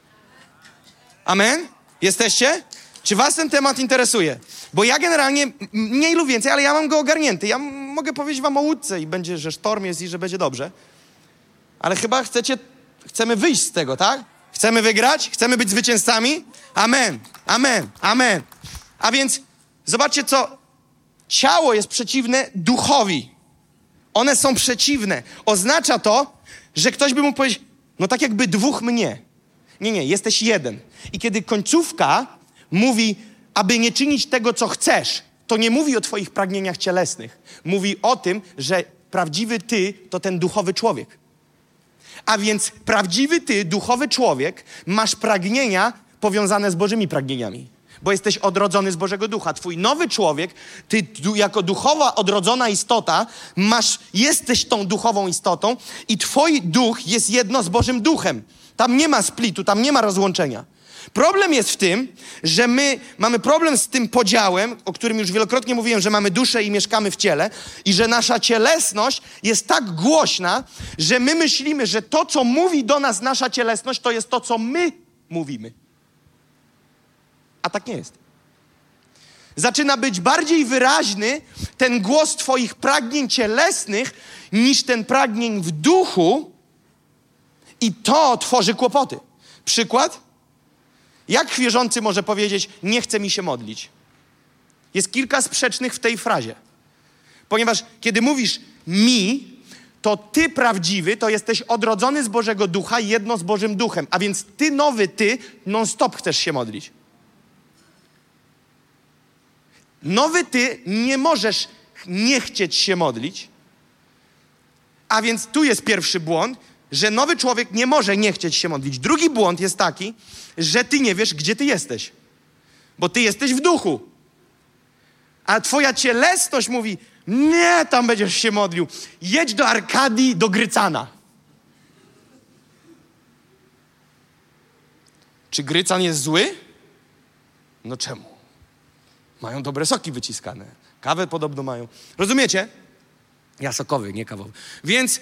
Speaker 2: Amen? Jesteście? Czy was ten temat interesuje? Bo ja generalnie, mniej lub więcej, ale ja mam go ogarnięty. Ja mogę powiedzieć wam o łódce i będzie, że sztorm jest i że będzie dobrze. Ale chyba chcecie, chcemy wyjść z tego, tak? Chcemy wygrać? Chcemy być zwycięzcami? Amen, amen, amen. A więc zobaczcie, co ciało jest przeciwne duchowi. One są przeciwne. Oznacza to, że ktoś by mógł powiedzieć, no tak jakby dwóch mnie. Nie, nie, jesteś jeden. I kiedy końcówka mówi, aby nie czynić tego, co chcesz, to nie mówi o twoich pragnieniach cielesnych. Mówi o tym, że prawdziwy ty to ten duchowy człowiek. A więc prawdziwy ty, duchowy człowiek, masz pragnienia powiązane z Bożymi pragnieniami. Bo jesteś odrodzony z Bożego Ducha. Twój nowy człowiek, ty du, jako duchowa, odrodzona istota, masz, jesteś tą duchową istotą i twój duch jest jedno z Bożym Duchem. Tam nie ma splitu, tam nie ma rozłączenia. Problem jest w tym, że my mamy problem z tym podziałem, o którym już wielokrotnie mówiłem, że mamy duszę i mieszkamy w ciele i że nasza cielesność jest tak głośna, że my myślimy, że to, co mówi do nas nasza cielesność, to jest to, co my mówimy. A tak nie jest. Zaczyna być bardziej wyraźny ten głos twoich pragnień cielesnych niż ten pragnień w duchu i to tworzy kłopoty. Przykład? Jak wierzący może powiedzieć, nie chce mi się modlić? Jest kilka sprzecznych w tej frazie. Ponieważ kiedy mówisz mi, to ty prawdziwy, to jesteś odrodzony z Bożego Ducha i jedno z Bożym Duchem. A więc ty nowy, ty non stop chcesz się modlić. Nowy ty nie możesz nie chcieć się modlić. A więc tu jest pierwszy błąd, że nowy człowiek nie może nie chcieć się modlić. Drugi błąd jest taki, że ty nie wiesz, gdzie ty jesteś. Bo ty jesteś w duchu. A twoja cielesność mówi, nie, tam będziesz się modlił. Jedź do Arkadii, do Grycana. Czy Grycan jest zły? No czemu? Mają dobre soki wyciskane. Kawę podobno mają. Rozumiecie? Ja sokowy, nie kawowy. Więc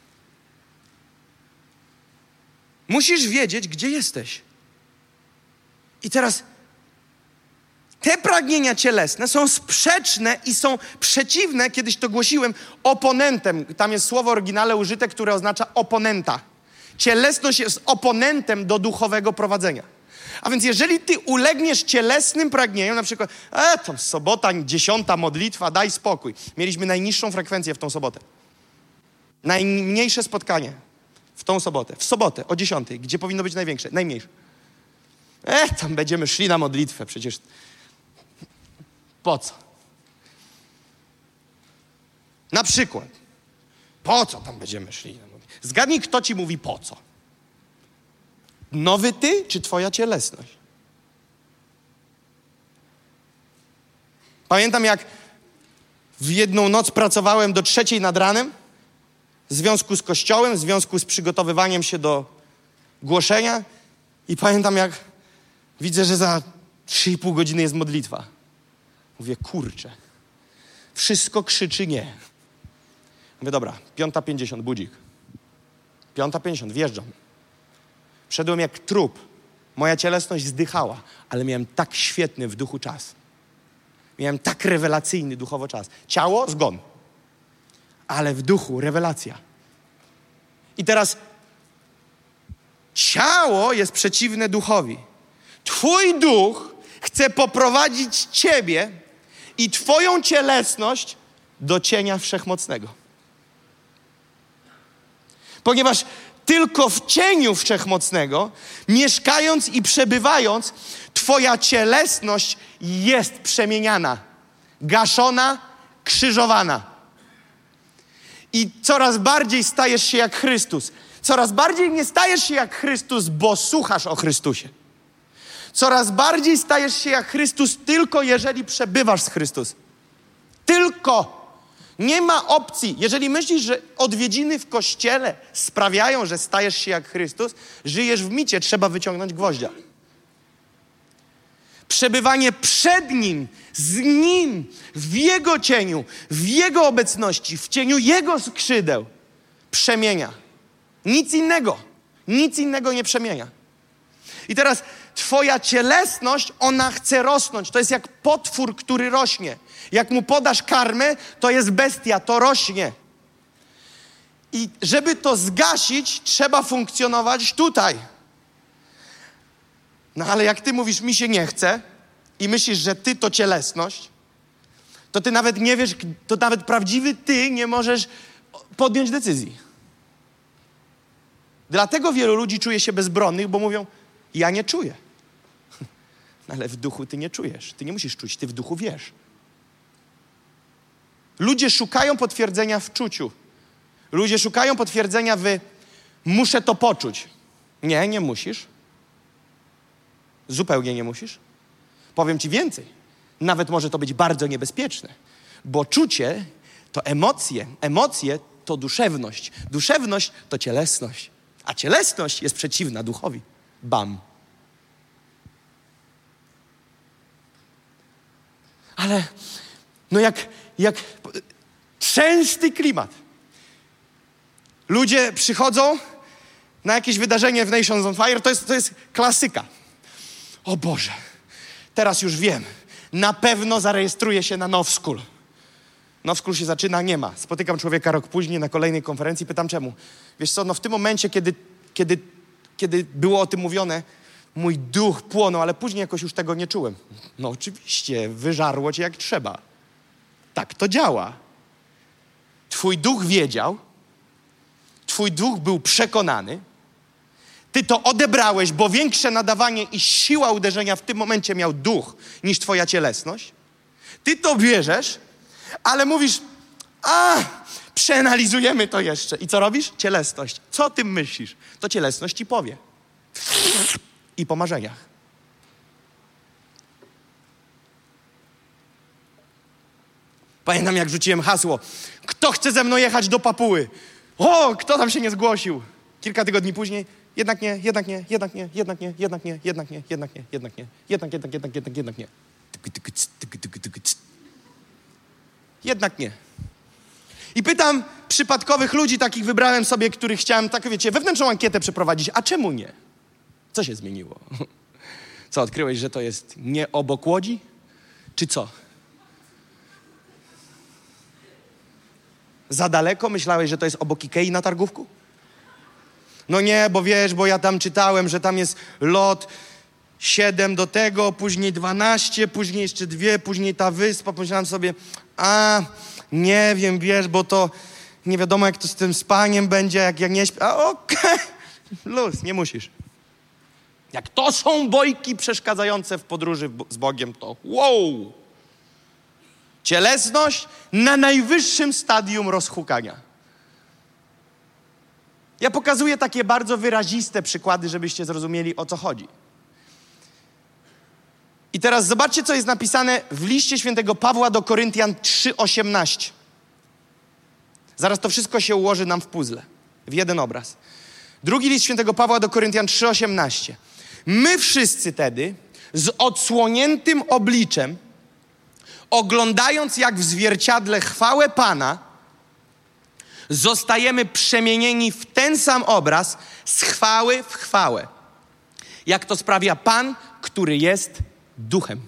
Speaker 2: musisz wiedzieć, gdzie jesteś. I teraz te pragnienia cielesne są sprzeczne i są przeciwne, kiedyś to głosiłem, oponentem. Tam jest słowo oryginalne użyte, które oznacza oponenta. Cielesność jest oponentem do duchowego prowadzenia. A więc jeżeli ty ulegniesz cielesnym pragnieniom, na przykład, e, to sobota, dziesiąta modlitwa, daj spokój. Mieliśmy najniższą frekwencję w tą sobotę. Najmniejsze spotkanie w tą sobotę. W sobotę o dziesiątej, gdzie powinno być największe, najmniejsze. E, tam będziemy szli na modlitwę, przecież po co? Na przykład, po co tam będziemy szli na modlitwę? Zgadnij, kto ci mówi po co. Nowy ty, czy twoja cielesność? Pamiętam, jak w jedną noc pracowałem do trzeciej nad ranem w związku z kościołem, w związku z przygotowywaniem się do głoszenia i pamiętam, jak widzę, że za trzy i pół godziny jest modlitwa. Mówię, kurczę, wszystko krzyczy nie. Mówię, dobra, piąta pięćdziesiąt, budzik. Piąta pięćdziesiąt, wjeżdżam. Wszedłem jak trup. Moja cielesność zdychała, ale miałem tak świetny w duchu czas. Miałem tak rewelacyjny duchowo czas. Ciało, zgon. Ale w duchu rewelacja. I teraz ciało jest przeciwne duchowi. Twój duch chce poprowadzić ciebie i twoją cielesność do cienia wszechmocnego. Ponieważ tylko w cieniu wszechmocnego, mieszkając i przebywając, twoja cielesność jest przemieniana, gaszona, krzyżowana. I coraz bardziej stajesz się jak Chrystus. Coraz bardziej nie stajesz się jak Chrystus, bo słuchasz o Chrystusie. Coraz bardziej stajesz się jak Chrystus tylko jeżeli przebywasz z Chrystusem. Tylko. Nie ma opcji. Jeżeli myślisz, że odwiedziny w kościele sprawiają, że stajesz się jak Chrystus, żyjesz w micie, trzeba wyciągnąć gwoździa. Przebywanie przed Nim, z Nim, w Jego cieniu, w Jego obecności, w cieniu Jego skrzydeł przemienia. Nic innego. Nic innego nie przemienia. I teraz twoja cielesność, ona chce rosnąć. To jest jak potwór, który rośnie. Jak mu podasz karmę, to jest bestia, to rośnie. I żeby to zgasić, trzeba funkcjonować tutaj. No ale jak ty mówisz, mi się nie chce i myślisz, że ty to cielesność, to ty nawet nie wiesz, to nawet prawdziwy ty nie możesz podjąć decyzji. Dlatego wielu ludzi czuje się bezbronnych, bo mówią, ja nie czuję. No ale w duchu ty nie czujesz. Ty nie musisz czuć, ty w duchu wiesz. Ludzie szukają potwierdzenia w czuciu. Ludzie szukają potwierdzenia w muszę to poczuć. Nie, nie musisz. Zupełnie nie musisz. Powiem ci więcej. Nawet może to być bardzo niebezpieczne, bo czucie to emocje. Emocje to duszewność. Duszewność to cielesność. A cielesność jest przeciwna duchowi. Bam. ale no jak, jak częsty klimat. Ludzie przychodzą na jakieś wydarzenie w Nations on Fire, to jest, to jest klasyka. O Boże, teraz już wiem, na pewno zarejestruję się na Now School. Now School się zaczyna, nie ma. Spotykam człowieka rok później na kolejnej konferencji, pytam czemu. Wiesz co, no w tym momencie, kiedy, kiedy, kiedy było o tym mówione, mój duch płonął, ale później jakoś już tego nie czułem. No oczywiście, wyżarło cię jak trzeba. Tak to działa. Twój duch wiedział, twój duch był przekonany, ty to odebrałeś, bo większe nadawanie i siła uderzenia w tym momencie miał duch niż twoja cielesność. Ty to bierzesz, ale mówisz, a, przeanalizujemy to jeszcze. I co robisz? Cielesność. Co o tym myślisz? To cielesność ci powie. I po marzeniach. Pamiętam, jak rzuciłem hasło. Kto chce ze mną jechać do Papuły? O, kto tam się nie zgłosił? Kilka tygodni później. Jednak nie, jednak nie, jednak nie, jednak nie, jednak nie, jednak nie, jednak nie, jednak nie, jednak, jednak, jednak, jednak, jednak nie. Jednak nie. I pytam przypadkowych ludzi, takich wybrałem sobie, których chciałem, tak wiecie, wewnętrzną ankietę przeprowadzić. A czemu nie? Co się zmieniło? Co, odkryłeś, że to jest nie obok Łodzi? Czy co? Za daleko? Myślałeś, że to jest obok Ikei na Targówku? No nie, bo wiesz, bo ja tam czytałem, że tam jest lot siedem do tego, później dwanaście, później jeszcze dwie, później ta wyspa. Pomyślałem sobie, a nie wiem, wiesz, bo to nie wiadomo, jak to z tym spaniem będzie, jak ja nie śpię. A okej, okay. Luz, nie musisz. Jak to są bojki przeszkadzające w podróży z Bogiem, to wow! Cielesność na najwyższym stadium rozhukania. Ja pokazuję takie bardzo wyraziste przykłady, żebyście zrozumieli, o co chodzi. I teraz zobaczcie, co jest napisane w liście świętego Pawła do Koryntian trzy osiemnaście. Zaraz to wszystko się ułoży nam w puzzle, w jeden obraz. Drugi list świętego Pawła do Koryntian trzy osiemnaście. My wszyscy tedy z odsłoniętym obliczem, oglądając jak w zwierciadle chwałę Pana, zostajemy przemienieni w ten sam obraz z chwały w chwałę. Jak to sprawia Pan, który jest duchem.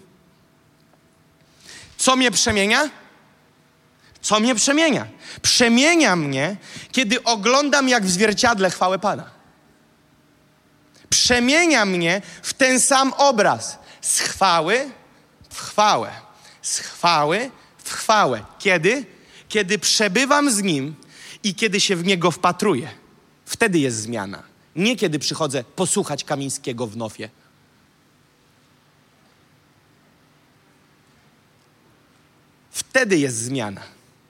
Speaker 2: Co mnie przemienia? Co mnie przemienia? Przemienia mnie, kiedy oglądam jak w zwierciadle chwałę Pana. Przemienia mnie w ten sam obraz. Z chwały w chwałę. Z chwały w chwałę. Kiedy? Kiedy przebywam z Nim i kiedy się w Niego wpatruję. Wtedy jest zmiana. Nie kiedy przychodzę posłuchać Kamińskiego w Nofie. Wtedy jest zmiana.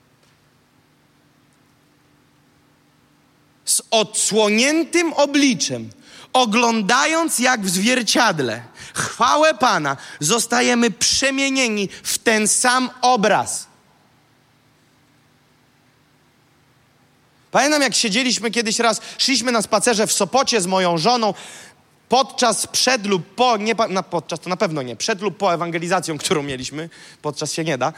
Speaker 2: Z odsłoniętym obliczem, oglądając jak w zwierciadle chwałę Pana, zostajemy przemienieni w ten sam obraz. Pamiętam, jak siedzieliśmy kiedyś raz, szliśmy na spacerze w Sopocie z moją żoną, podczas, przed lub po, nie na, podczas to na pewno nie, przed lub po ewangelizacją, którą mieliśmy, podczas się nie da.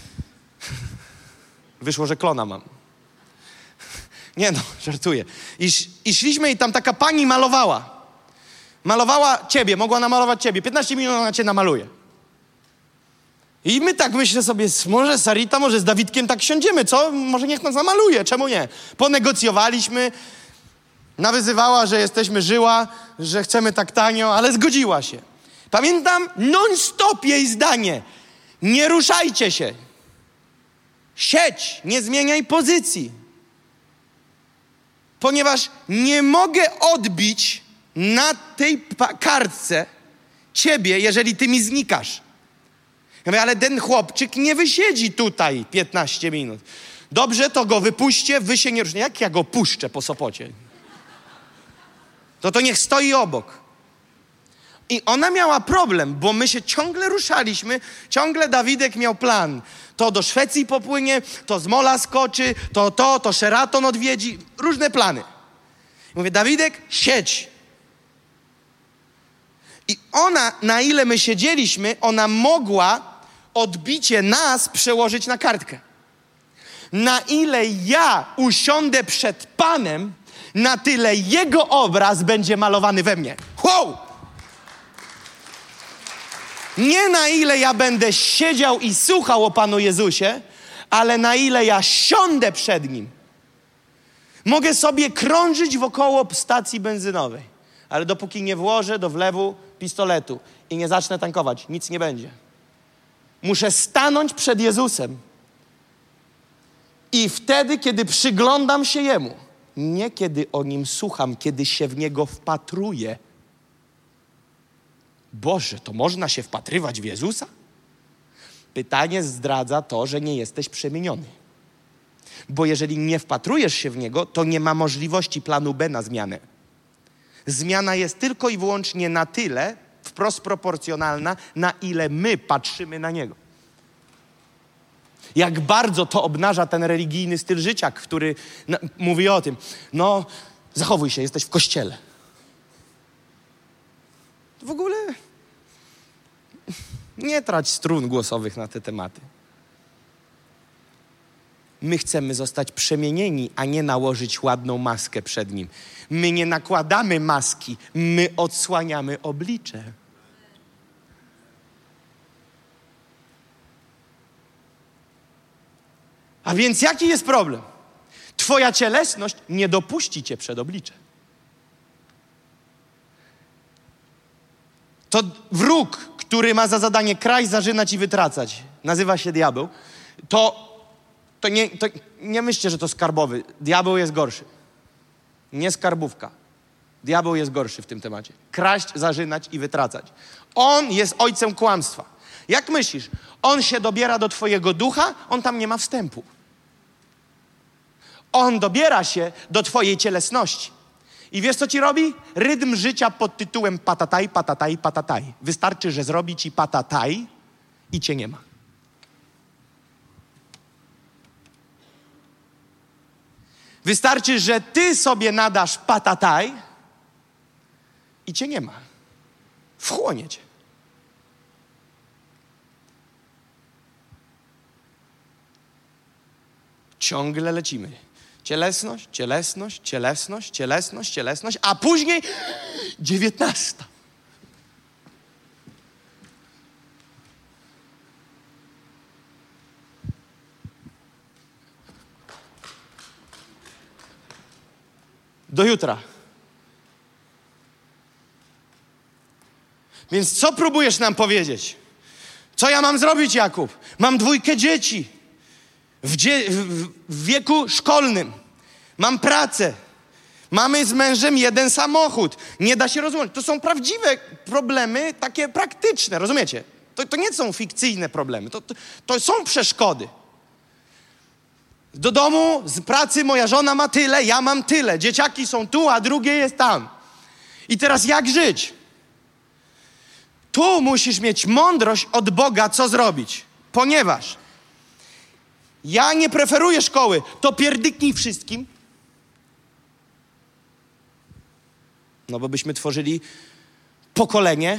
Speaker 2: Wyszło, że klona mam. Nie no, żartuję. I, I szliśmy i tam taka pani malowała. Malowała ciebie, mogła namalować ciebie. piętnaście minut ona cię namaluje. I my tak myślę sobie, może Sarita, może z Dawidkiem tak siądziemy, co? Może niech nas namaluje, czemu nie? Ponegocjowaliśmy, nawyzywała, że jesteśmy żyła, że chcemy tak tanio, ale zgodziła się. Pamiętam non-stop jej zdanie. Nie ruszajcie się. Siedź, nie zmieniaj pozycji. Ponieważ nie mogę odbić na tej pa- kartce ciebie, jeżeli ty mi znikasz. Ja mówię, ale ten chłopczyk nie wysiedzi tutaj piętnaście minut. Dobrze, to go wypuśćcie, wy się nie ruszcie. Jak ja go puszczę po Sopocie? To to niech stoi obok. I ona miała problem, bo my się ciągle ruszaliśmy, ciągle Dawidek miał plan. To do Szwecji popłynie, to z mola skoczy, to to, to Sheraton odwiedzi. Różne plany. I mówię, Dawidek, siedź. I ona, na ile my siedzieliśmy, ona mogła odbicie nas przełożyć na kartkę. Na ile ja usiądę przed Panem, na tyle Jego obraz będzie malowany we mnie. Wow! Nie na ile ja będę siedział i słuchał o Panu Jezusie, ale na ile ja siądę przed Nim. Mogę sobie krążyć wokoło stacji benzynowej, ale dopóki nie włożę do wlewu pistoletu i nie zacznę tankować, nic nie będzie. Muszę stanąć przed Jezusem. I wtedy, kiedy przyglądam się Jemu, nie kiedy o Nim słucham, kiedy się w Niego wpatruję. Boże, to można się wpatrywać w Jezusa? Pytanie zdradza to, że nie jesteś przemieniony. Bo jeżeli nie wpatrujesz się w Niego, to nie ma możliwości planu B na zmianę. Zmiana jest tylko i wyłącznie na tyle, wprost proporcjonalna, na ile my patrzymy na Niego. Jak bardzo to obnaża ten religijny styl życia, który na, mówi o tym, no zachowuj się, jesteś w kościele. W ogóle nie trać strun głosowych na te tematy. My chcemy zostać przemienieni, a nie nałożyć ładną maskę przed Nim. My nie nakładamy maski, my odsłaniamy oblicze. A więc jaki jest problem? Twoja cielesność nie dopuści cię przed oblicze. To wróg, który ma za zadanie kraść, zarzynać i wytracać, nazywa się diabeł, to, to, nie, to nie myślcie, że to skarbowy. Diabeł jest gorszy. Nie skarbówka. Diabeł jest gorszy w tym temacie. Kraść, zarzynać i wytracać. On jest ojcem kłamstwa. Jak myślisz? On się dobiera do twojego ducha, on tam nie ma wstępu. On dobiera się do twojej cielesności. I wiesz, co ci robi? Rytm życia pod tytułem patataj, patataj, patataj. Wystarczy, że zrobi ci patataj i cię nie ma. Wystarczy, że ty sobie nadasz patataj i cię nie ma. Wchłonie cię. Ciągle lecimy. Cielesność, cielesność, cielesność, cielesność, cielesność, a później dziewiętnasta. Do jutra. Więc co próbujesz nam powiedzieć? Co ja mam zrobić, Jakub? Mam dwójkę dzieci. W, dzie- w, w wieku szkolnym. Mam pracę. Mamy z mężem jeden samochód. Nie da się rozłączyć. To są prawdziwe problemy, takie praktyczne, rozumiecie? To, to nie są fikcyjne problemy. To, to, to są przeszkody. Do domu, z pracy moja żona ma tyle, ja mam tyle. Dzieciaki są tu, a drugie jest tam. I teraz jak żyć? Tu musisz mieć mądrość od Boga, co zrobić. Ponieważ ja nie preferuję szkoły, to pierdyknij wszystkim. No bo byśmy tworzyli pokolenie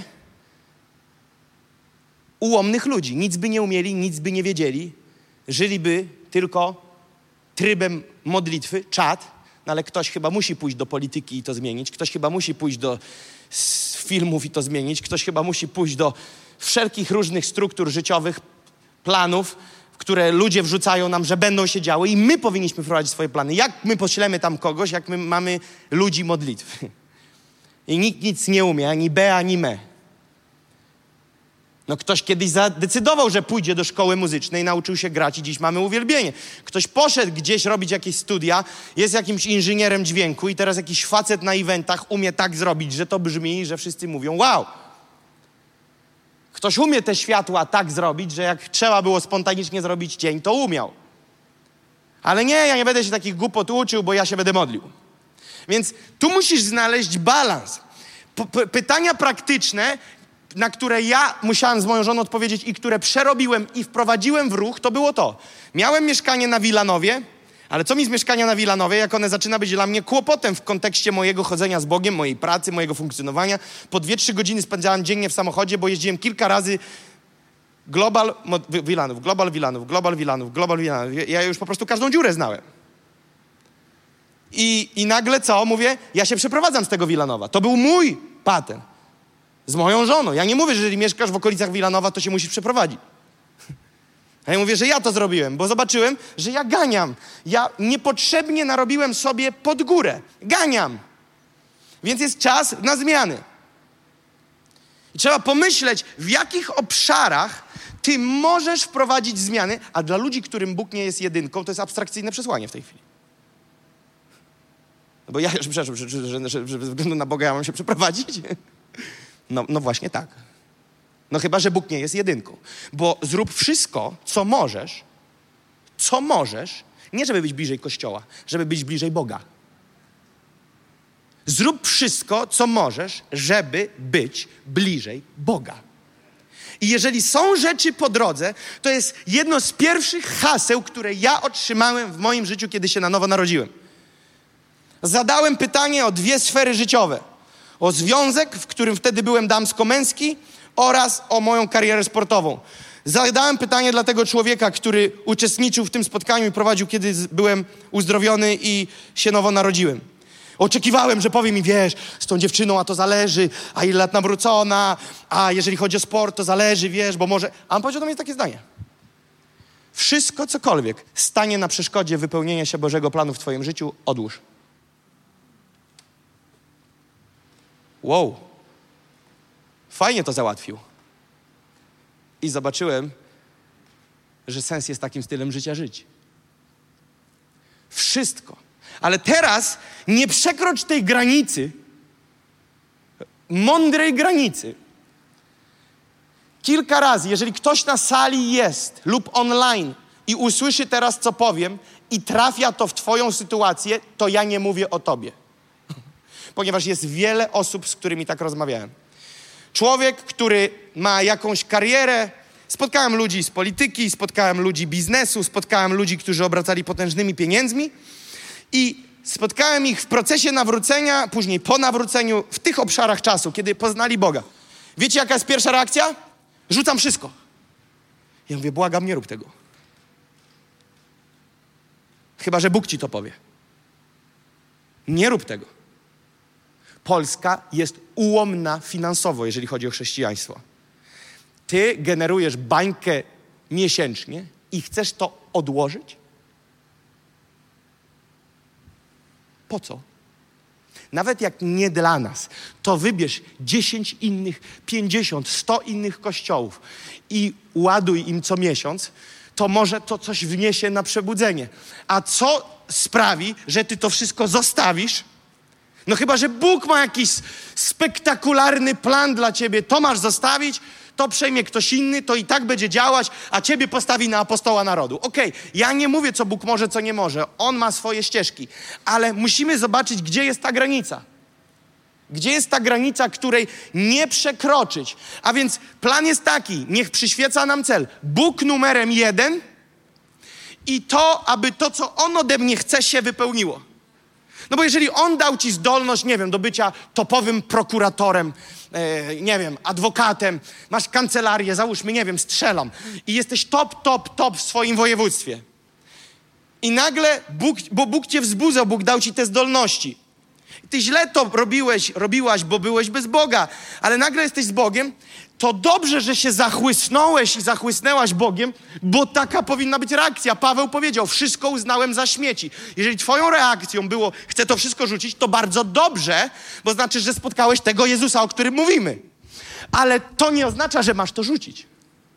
Speaker 2: ułomnych ludzi. Nic by nie umieli, nic by nie wiedzieli. Żyliby tylko trybem modlitwy, czat, no ale ktoś chyba musi pójść do polityki i to zmienić. Ktoś chyba musi pójść do filmów i to zmienić. Ktoś chyba musi pójść do wszelkich różnych struktur życiowych, planów, które ludzie wrzucają nam, że będą się działy i my powinniśmy wprowadzić swoje plany. Jak my poślemy tam kogoś, jak my mamy ludzi modlitwy? I nikt nic nie umie, ani B, ani me. No ktoś kiedyś zadecydował, że pójdzie do szkoły muzycznej, nauczył się grać i dziś mamy uwielbienie. Ktoś poszedł gdzieś robić jakieś studia, jest jakimś inżynierem dźwięku i teraz jakiś facet na eventach umie tak zrobić, że to brzmi, że wszyscy mówią wow. Ktoś umie te światła tak zrobić, że jak trzeba było spontanicznie zrobić cień, to umiał. Ale nie, ja nie będę się takich głupot uczył, bo ja się będę modlił. Więc tu musisz znaleźć balans. P- p- pytania praktyczne, na które ja musiałem z moją żoną odpowiedzieć i które przerobiłem i wprowadziłem w ruch, to było to. Miałem mieszkanie na Wilanowie, ale co mi z mieszkania na Wilanowie, jak one zaczyna być dla mnie kłopotem w kontekście mojego chodzenia z Bogiem, mojej pracy, mojego funkcjonowania. Po dwie, trzy godziny spędzałem dziennie w samochodzie, bo jeździłem kilka razy Global Wilanów, Global Wilanów, Global Wilanów, Global Wilanów. Ja już po prostu każdą dziurę znałem. I, I nagle co? Mówię, ja się przeprowadzam z tego Wilanowa. To był mój patent. Z moją żoną. Ja nie mówię, że jeżeli mieszkasz w okolicach Wilanowa, to się musisz przeprowadzić. A ja mówię, że ja to zrobiłem, bo zobaczyłem, że ja ganiam. Ja niepotrzebnie narobiłem sobie pod górę. Ganiam. Więc jest czas na zmiany. I trzeba pomyśleć, w jakich obszarach ty możesz wprowadzić zmiany, a dla ludzi, którym Bóg nie jest jedynką, to jest abstrakcyjne przesłanie w tej chwili. No bo ja już przepraszam, że, że, że, że, że ze względu na Boga ja mam się przeprowadzić? No, no właśnie tak. No chyba, że Bóg nie jest jedynką. Bo zrób wszystko, co możesz, co możesz, nie żeby być bliżej Kościoła, żeby być bliżej Boga. Zrób wszystko, co możesz, żeby być bliżej Boga. I jeżeli są rzeczy po drodze, to jest jedno z pierwszych haseł, które ja otrzymałem w moim życiu, kiedy się na nowo narodziłem. Zadałem pytanie o dwie sfery życiowe. O związek, w którym wtedy byłem damsko-męski, oraz o moją karierę sportową. Zadałem pytanie dla tego człowieka, który uczestniczył w tym spotkaniu i prowadził, kiedy byłem uzdrowiony i się nowo narodziłem. Oczekiwałem, że powie mi, wiesz, z tą dziewczyną, a to zależy, a ile lat nawrócona, a jeżeli chodzi o sport, to zależy, wiesz, bo może... A on powiedział do mnie takie zdanie. Wszystko, cokolwiek stanie na przeszkodzie wypełnienia się Bożego planu w twoim życiu, odłóż. Wow. Fajnie to załatwił. I zobaczyłem, że sens jest takim stylem życia żyć. Wszystko. Ale teraz nie przekrocz tej granicy, mądrej granicy. Kilka razy, jeżeli ktoś na sali jest lub online i usłyszy teraz, co powiem i trafia to w twoją sytuację, to ja nie mówię o tobie. Ponieważ jest wiele osób, z którymi tak rozmawiałem. Człowiek, który ma jakąś karierę, spotkałem ludzi z polityki, spotkałem ludzi biznesu, spotkałem ludzi, którzy obracali potężnymi pieniędzmi i spotkałem ich w procesie nawrócenia, później po nawróceniu, w tych obszarach czasu, kiedy poznali Boga. Wiecie, jaka jest pierwsza reakcja? Rzucam wszystko. Ja mówię, błagam, nie rób tego. Chyba że Bóg ci to powie. Nie rób tego. Polska jest ułomna finansowo, jeżeli chodzi o chrześcijaństwo. Ty generujesz bańkę miesięcznie i chcesz to odłożyć? Po co? Nawet jak nie dla nas, to wybierz dziesięć innych, pięćdziesiąt, sto innych kościołów i ładuj im co miesiąc, to może to coś wniesie na przebudzenie. A co sprawi, że ty to wszystko zostawisz? No chyba, że Bóg ma jakiś spektakularny plan dla ciebie. To masz zostawić, to przejmie ktoś inny, to i tak będzie działać, a ciebie postawi na apostoła narodu. Okej, okay, ja nie mówię, co Bóg może, co nie może. On ma swoje ścieżki. Ale musimy zobaczyć, gdzie jest ta granica. Gdzie jest ta granica, której nie przekroczyć. A więc plan jest taki, niech przyświeca nam cel. Bóg numerem jeden i to, aby to, co On ode mnie chce, się wypełniło. No bo jeżeli On dał ci zdolność, nie wiem, do bycia topowym prokuratorem, e, nie wiem, adwokatem, masz kancelarię, załóżmy, nie wiem, strzelam i jesteś top, top, top w swoim województwie. I nagle Bóg, bo Bóg cię wzbudzał, Bóg dał ci te zdolności. I ty źle to robiłeś, robiłaś, bo byłeś bez Boga, ale nagle jesteś z Bogiem, to dobrze, że się zachłysnąłeś i zachłysnęłaś Bogiem, bo taka powinna być reakcja. Paweł powiedział, wszystko uznałem za śmieci. Jeżeli twoją reakcją było, chcę to wszystko rzucić, to bardzo dobrze, bo znaczy, że spotkałeś tego Jezusa, o którym mówimy. Ale to nie oznacza, że masz to rzucić.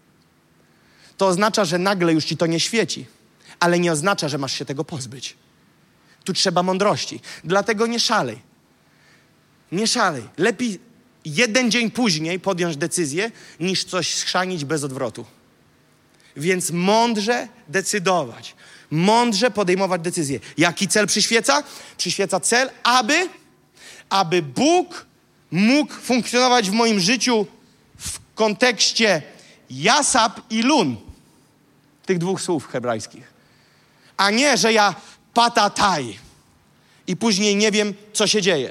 Speaker 2: To oznacza, że nagle już ci to nie świeci, ale nie oznacza, że masz się tego pozbyć. Tu trzeba mądrości. Dlatego nie szalej. Nie szalej. Lepiej jeden dzień później podjąć decyzję, niż coś schrzanić bez odwrotu. Więc mądrze decydować. Mądrze podejmować decyzje. Jaki cel przyświeca? Przyświeca cel, aby, aby Bóg mógł funkcjonować w moim życiu w kontekście jasab i lun. Tych dwóch słów hebrajskich. A nie, że ja patataj i później nie wiem, co się dzieje.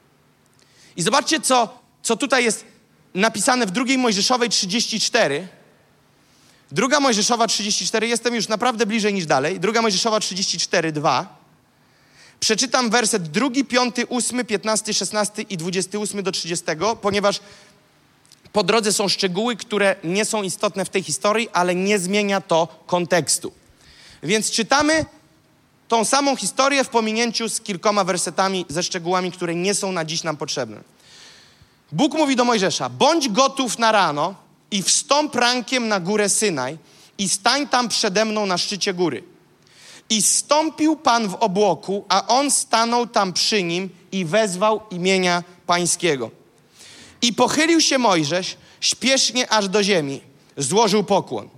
Speaker 2: I zobaczcie, co, co tutaj jest napisane w drugiej Mojżeszowej trzydzieści cztery. Druga Mojżeszowa trzydzieści cztery, jestem już naprawdę bliżej niż dalej. Druga Mojżeszowa trzydzieści cztery, dwa. Przeczytam werset drugi, piąty, ósmy, piętnasty, szesnasty i dwudziesty ósmy do trzydziestego, ponieważ po drodze są szczegóły, które nie są istotne w tej historii, ale nie zmienia to kontekstu. Więc czytamy tą samą historię w pominięciu z kilkoma wersetami, ze szczegółami, które nie są na dziś nam potrzebne. Bóg mówi do Mojżesza: bądź gotów na rano i wstąp rankiem na górę Synaj i stań tam przede mną na szczycie góry. I zstąpił Pan w obłoku, a on stanął tam przy nim i wezwał imienia Pańskiego. I pochylił się Mojżesz śpiesznie aż do ziemi, złożył pokłon.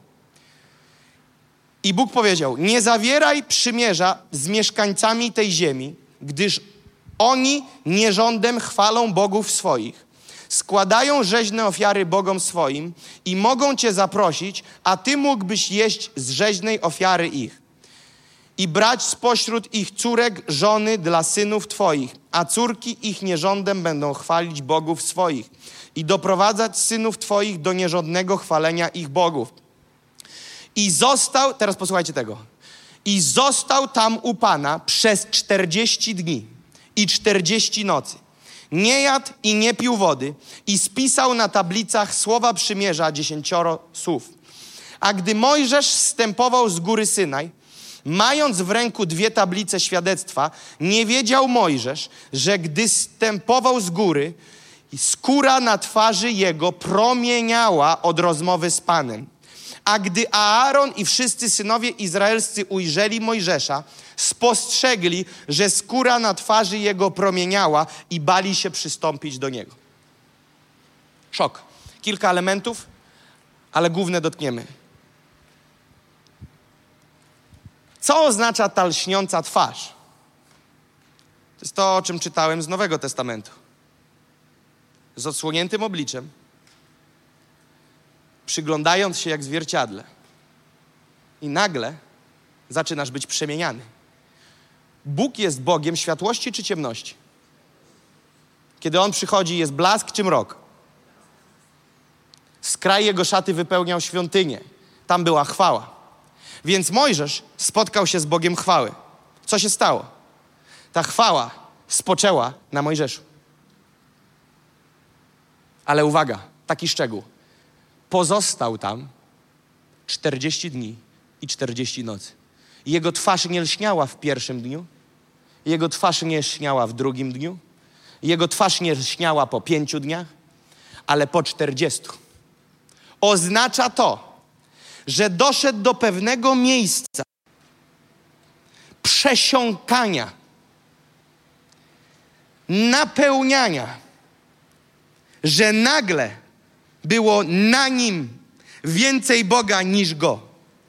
Speaker 2: I Bóg powiedział: nie zawieraj przymierza z mieszkańcami tej ziemi, gdyż oni nierządem chwalą bogów swoich, składają rzeźne ofiary bogom swoim i mogą cię zaprosić, a ty mógłbyś jeść z rzeźnej ofiary ich i brać spośród ich córek żony dla synów twoich, a córki ich nierządem będą chwalić bogów swoich i doprowadzać synów twoich do nierządnego chwalenia ich bogów. I został, teraz posłuchajcie tego, i został tam u Pana przez czterdzieści dni i czterdzieści nocy. Nie jadł i nie pił wody i spisał na tablicach słowa przymierza dziesięcioro słów. A gdy Mojżesz zstępował z góry Synaj, mając w ręku dwie tablice świadectwa, nie wiedział Mojżesz, że gdy zstępował z góry, skóra na twarzy jego promieniała od rozmowy z Panem. A gdy Aaron i wszyscy synowie izraelscy ujrzeli Mojżesza, spostrzegli, że skóra na twarzy jego promieniała i bali się przystąpić do niego. Szok. Kilka elementów, ale główne dotkniemy. Co oznacza ta lśniąca twarz? To jest to, o czym czytałem z Nowego Testamentu. Z odsłoniętym obliczem, przyglądając się jak w zwierciadle. I nagle zaczynasz być przemieniany. Bóg jest Bogiem światłości czy ciemności? Kiedy On przychodzi, jest blask czy mrok? Skraj Jego szaty wypełniał świątynię. Tam była chwała. Więc Mojżesz spotkał się z Bogiem chwały. Co się stało? Ta chwała spoczęła na Mojżeszu. Ale uwaga, taki szczegół. Pozostał tam czterdzieści dni i czterdzieści nocy. Jego twarz nie lśniała w pierwszym dniu, jego twarz nie lśniała w drugim dniu, jego twarz nie lśniała po pięciu dniach, ale po czterdziestu. Oznacza to, że doszedł do pewnego miejsca przesiąkania, napełniania, że nagle było na nim więcej Boga niż go.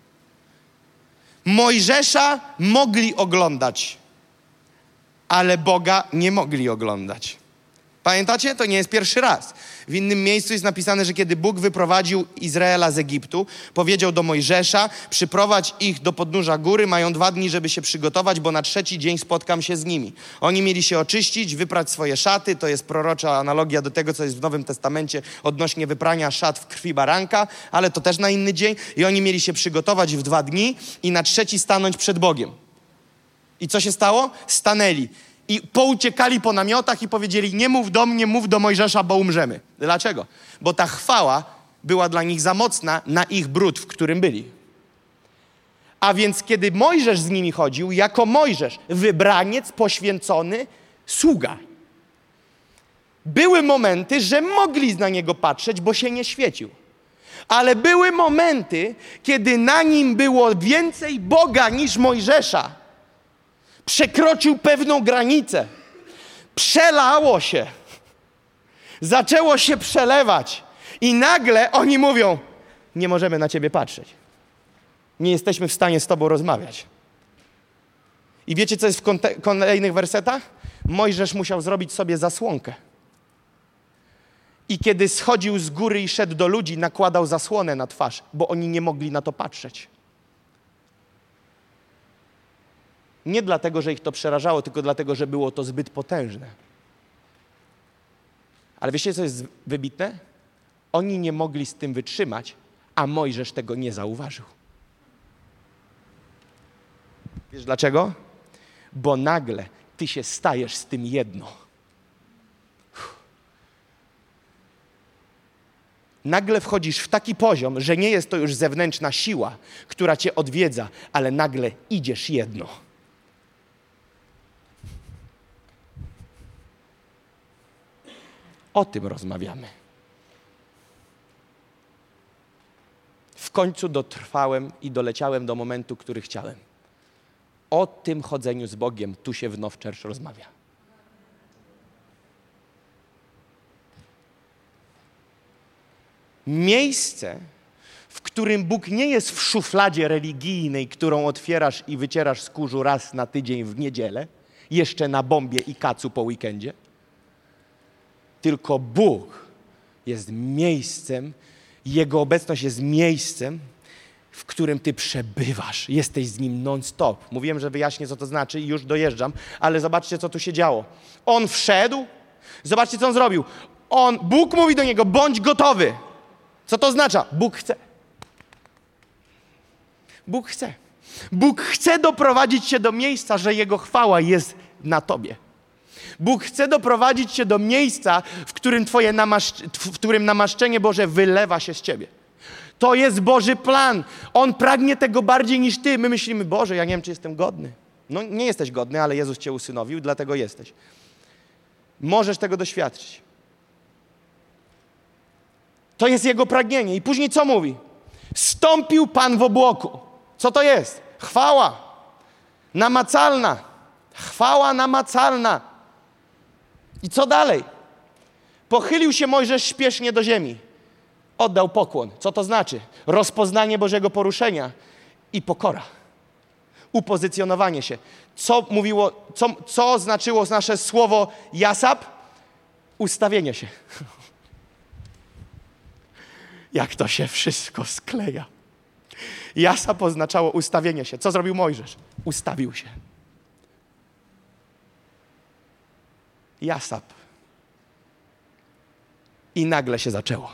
Speaker 2: Mojżesza mogli oglądać, ale Boga nie mogli oglądać. Pamiętacie? To nie jest pierwszy raz. W innym miejscu jest napisane, że kiedy Bóg wyprowadził Izraela z Egiptu, powiedział do Mojżesza: przyprowadź ich do podnóża góry, mają dwa dni, żeby się przygotować, bo na trzeci dzień spotkam się z nimi. Oni mieli się oczyścić, wyprać swoje szaty, to jest prorocza analogia do tego, co jest w Nowym Testamencie odnośnie wyprania szat w krwi baranka, ale to też na inny dzień. I oni mieli się przygotować w dwa dni i na trzeci stanąć przed Bogiem. I co się stało? Stanęli. I pouciekali po namiotach i powiedzieli: nie mów do mnie, mów do Mojżesza, bo umrzemy. Dlaczego? Bo ta chwała była dla nich za mocna na ich brud, w którym byli. A więc kiedy Mojżesz z nimi chodził, jako Mojżesz, wybraniec, poświęcony, sługa. Były momenty, że mogli na niego patrzeć, bo się nie świecił. Ale były momenty, kiedy na nim było więcej Boga niż Mojżesza. Przekroczył pewną granicę. Przelało się. Zaczęło się przelewać. I nagle oni mówią: nie możemy na ciebie patrzeć. Nie jesteśmy w stanie z tobą rozmawiać. I wiecie, co jest w konte- kolejnych wersetach? Mojżesz musiał zrobić sobie zasłonkę. I kiedy schodził z góry i szedł do ludzi, nakładał zasłonę na twarz, bo oni nie mogli na to patrzeć. Nie dlatego, że ich to przerażało, tylko dlatego, że było to zbyt potężne. Ale wiecie, co jest wybitne? Oni nie mogli z tym wytrzymać, A Mojżesz tego nie zauważył. Wiesz dlaczego? Bo nagle ty się stajesz z tym jedno. Nagle wchodzisz w taki poziom, że nie jest to już zewnętrzna siła, która cię odwiedza, ale nagle idziesz jedno. O tym rozmawiamy. W końcu dotrwałem i doleciałem do momentu, który chciałem. O tym chodzeniu z Bogiem tu się w Now Church rozmawia. Miejsce, w którym Bóg nie jest w szufladzie religijnej, którą otwierasz i wycierasz z kurzu raz na tydzień w niedzielę, jeszcze na bombie i kacu po weekendzie, tylko Bóg jest miejscem, Jego obecność jest miejscem, w którym ty przebywasz. Jesteś z Nim non-stop. Mówiłem, że wyjaśnię, co to znaczy i już dojeżdżam, ale zobaczcie, co tu się działo. On wszedł, zobaczcie, co on zrobił. On, Bóg mówi do niego, bądź gotowy. Co to oznacza? Bóg chce. Bóg chce. Bóg chce doprowadzić cię do miejsca, że Jego chwała jest na tobie. Bóg chce doprowadzić cię do miejsca, w którym, twoje namaszcz- w którym namaszczenie Boże wylewa się z ciebie. To jest Boży plan. On pragnie tego bardziej niż ty. My myślimy, Boże, ja nie wiem, czy jestem godny. No nie jesteś godny, ale Jezus cię usynowił, dlatego jesteś. Możesz tego doświadczyć. To jest Jego pragnienie. I później co mówi? Stąpił Pan w obłoku. Co to jest? Chwała. Namacalna. Chwała namacalna. I co dalej? Pochylił się Mojżesz śpiesznie do ziemi. Oddał pokłon. Co to znaczy? Rozpoznanie Bożego poruszenia i pokora. Upozycjonowanie się. Co mówiło, co, co znaczyło nasze słowo jasap? Ustawienie się. Jak to się wszystko skleja. Jasap oznaczało ustawienie się. Co zrobił Mojżesz? Ustawił się. Jasap. I nagle się zaczęło.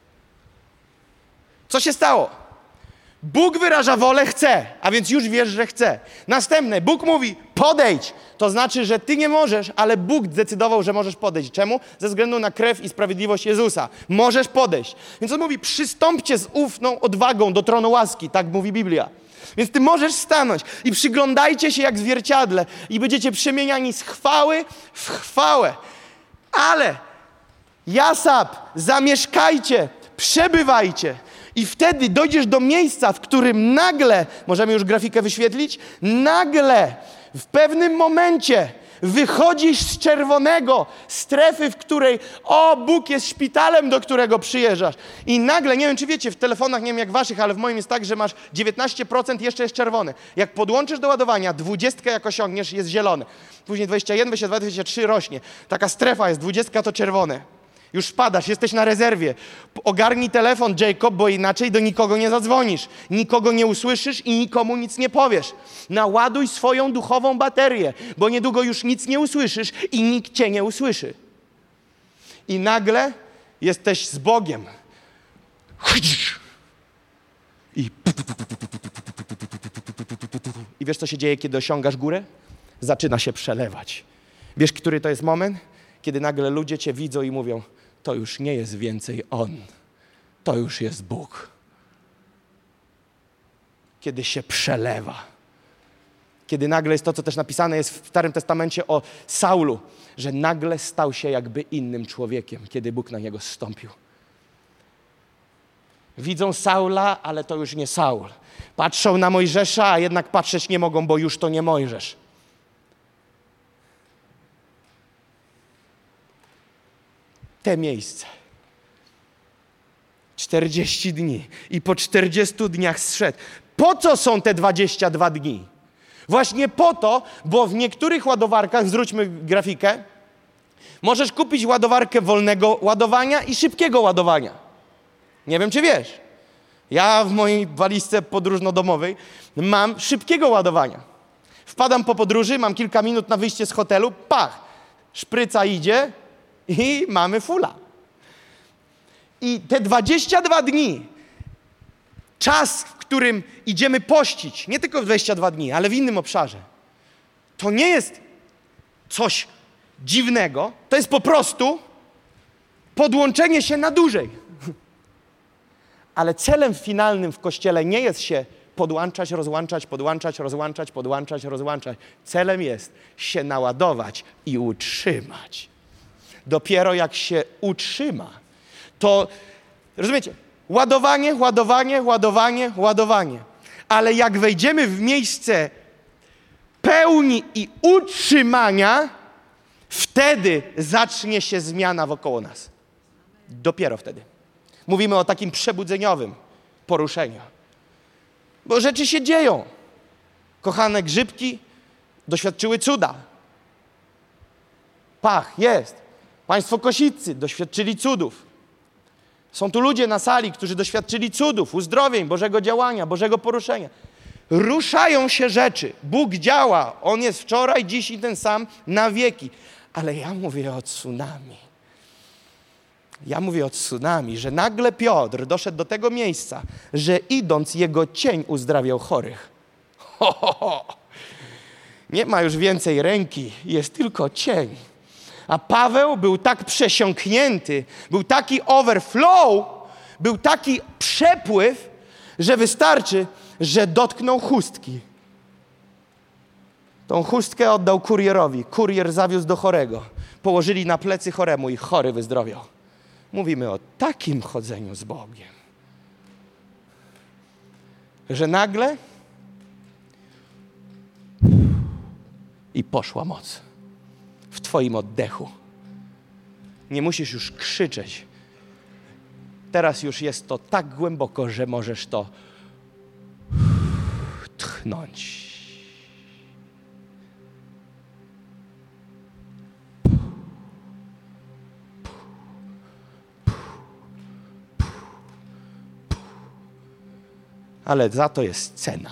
Speaker 2: Co się stało? Bóg wyraża wolę, chce, a więc już wiesz, że chce. Następne, Bóg mówi, podejdź. To znaczy, że ty nie możesz, ale Bóg zdecydował, że możesz podejść. Czemu? Ze względu na krew i sprawiedliwość Jezusa. Możesz podejść. Więc on mówi, przystąpcie z ufną odwagą do tronu łaski. Tak mówi Biblia. Więc ty możesz stanąć i przyglądajcie się jak w zwierciadle i będziecie przemieniani z chwały w chwałę. Ale jasap, zamieszkajcie, przebywajcie. I wtedy dojdziesz do miejsca, w którym nagle, możemy już grafikę wyświetlić, nagle w pewnym momencie wychodzisz z czerwonego, strefy, w której o, Bóg jest szpitalem, do którego przyjeżdżasz. I nagle, nie wiem czy wiecie, w telefonach, nie wiem jak waszych, ale w moim jest tak, że masz dziewiętnaście procent jeszcze jest czerwone. Jak podłączysz do ładowania, dwudziestkę jak osiągniesz, jest zielone. Później dwadzieścia jeden, dwadzieścia dwa, dwadzieścia trzy rośnie. Taka strefa jest, dwudziestka to czerwone. Już spadasz, jesteś na rezerwie. Ogarnij telefon, Jacob, bo inaczej do nikogo nie zadzwonisz. Nikogo nie usłyszysz i nikomu nic nie powiesz. Naładuj swoją duchową baterię, bo niedługo już nic nie usłyszysz i nikt cię nie usłyszy. I nagle jesteś z Bogiem. I, I wiesz, co się dzieje, kiedy osiągasz górę? Zaczyna się przelewać. Wiesz, który to jest moment? Kiedy nagle ludzie cię widzą i mówią, to już nie jest więcej On, to już jest Bóg. Kiedy się przelewa. Kiedy nagle jest to, co też napisane jest w Starym Testamencie o Saulu, że nagle stał się jakby innym człowiekiem, kiedy Bóg na niego zstąpił. Widzą Saula, ale to już nie Saul. Patrzą na Mojżesza, a jednak patrzeć nie mogą, bo już to nie Mojżesz. Te miejsce. czterdzieści dni. I po czterdziestu dniach zszedł. Po co są te dwadzieścia dwa dni? Właśnie po to, bo w niektórych ładowarkach, zwróćmy grafikę, możesz kupić ładowarkę wolnego ładowania i szybkiego ładowania. Nie wiem, czy wiesz. Ja w mojej walizce podróżno-domowej mam szybkiego ładowania. Wpadam po podróży, mam kilka minut na wyjście z hotelu, pach, szpryca idzie, i mamy fula. I te dwadzieścia dwa dni czas, w którym idziemy pościć, nie tylko w dwadzieścia dwa dni, ale w innym obszarze, to nie jest coś dziwnego, to jest po prostu podłączenie się na dłużej. Ale celem finalnym w Kościele nie jest się podłączać, rozłączać, podłączać, rozłączać, podłączać, rozłączać. Celem jest się naładować i utrzymać. Dopiero jak się utrzyma, to, rozumiecie, ładowanie, ładowanie, ładowanie, ładowanie. Ale jak wejdziemy w miejsce pełni i utrzymania, wtedy zacznie się zmiana wokoło nas. Dopiero wtedy. Mówimy o takim przebudzeniowym poruszeniu. Bo rzeczy się dzieją. Kochane grzybki doświadczyły cuda. Pach, jest. Państwo Kosicy doświadczyli cudów. Są tu ludzie na sali, którzy doświadczyli cudów, uzdrowień, Bożego działania, Bożego poruszenia. Ruszają się rzeczy. Bóg działa. On jest wczoraj, dziś i ten sam na wieki. Ale ja mówię o tsunami. Ja mówię o tsunami, że nagle Piotr doszedł do tego miejsca, że idąc jego cień uzdrawiał chorych. Ho, ho, ho. Nie ma już więcej ręki, jest tylko cień. A Paweł był tak przesiąknięty, był taki overflow, był taki przepływ, że wystarczy, że dotknął chustki. Tą chustkę oddał kurierowi. Kurier zawiózł do chorego. Położyli na plecy choremu i chory wyzdrowiał. Mówimy o takim chodzeniu z Bogiem, że nagle i poszła moc w twoim oddechu. Nie musisz już krzyczeć. Teraz już jest to tak głęboko, że możesz to tchnąć. Ale za to jest cena.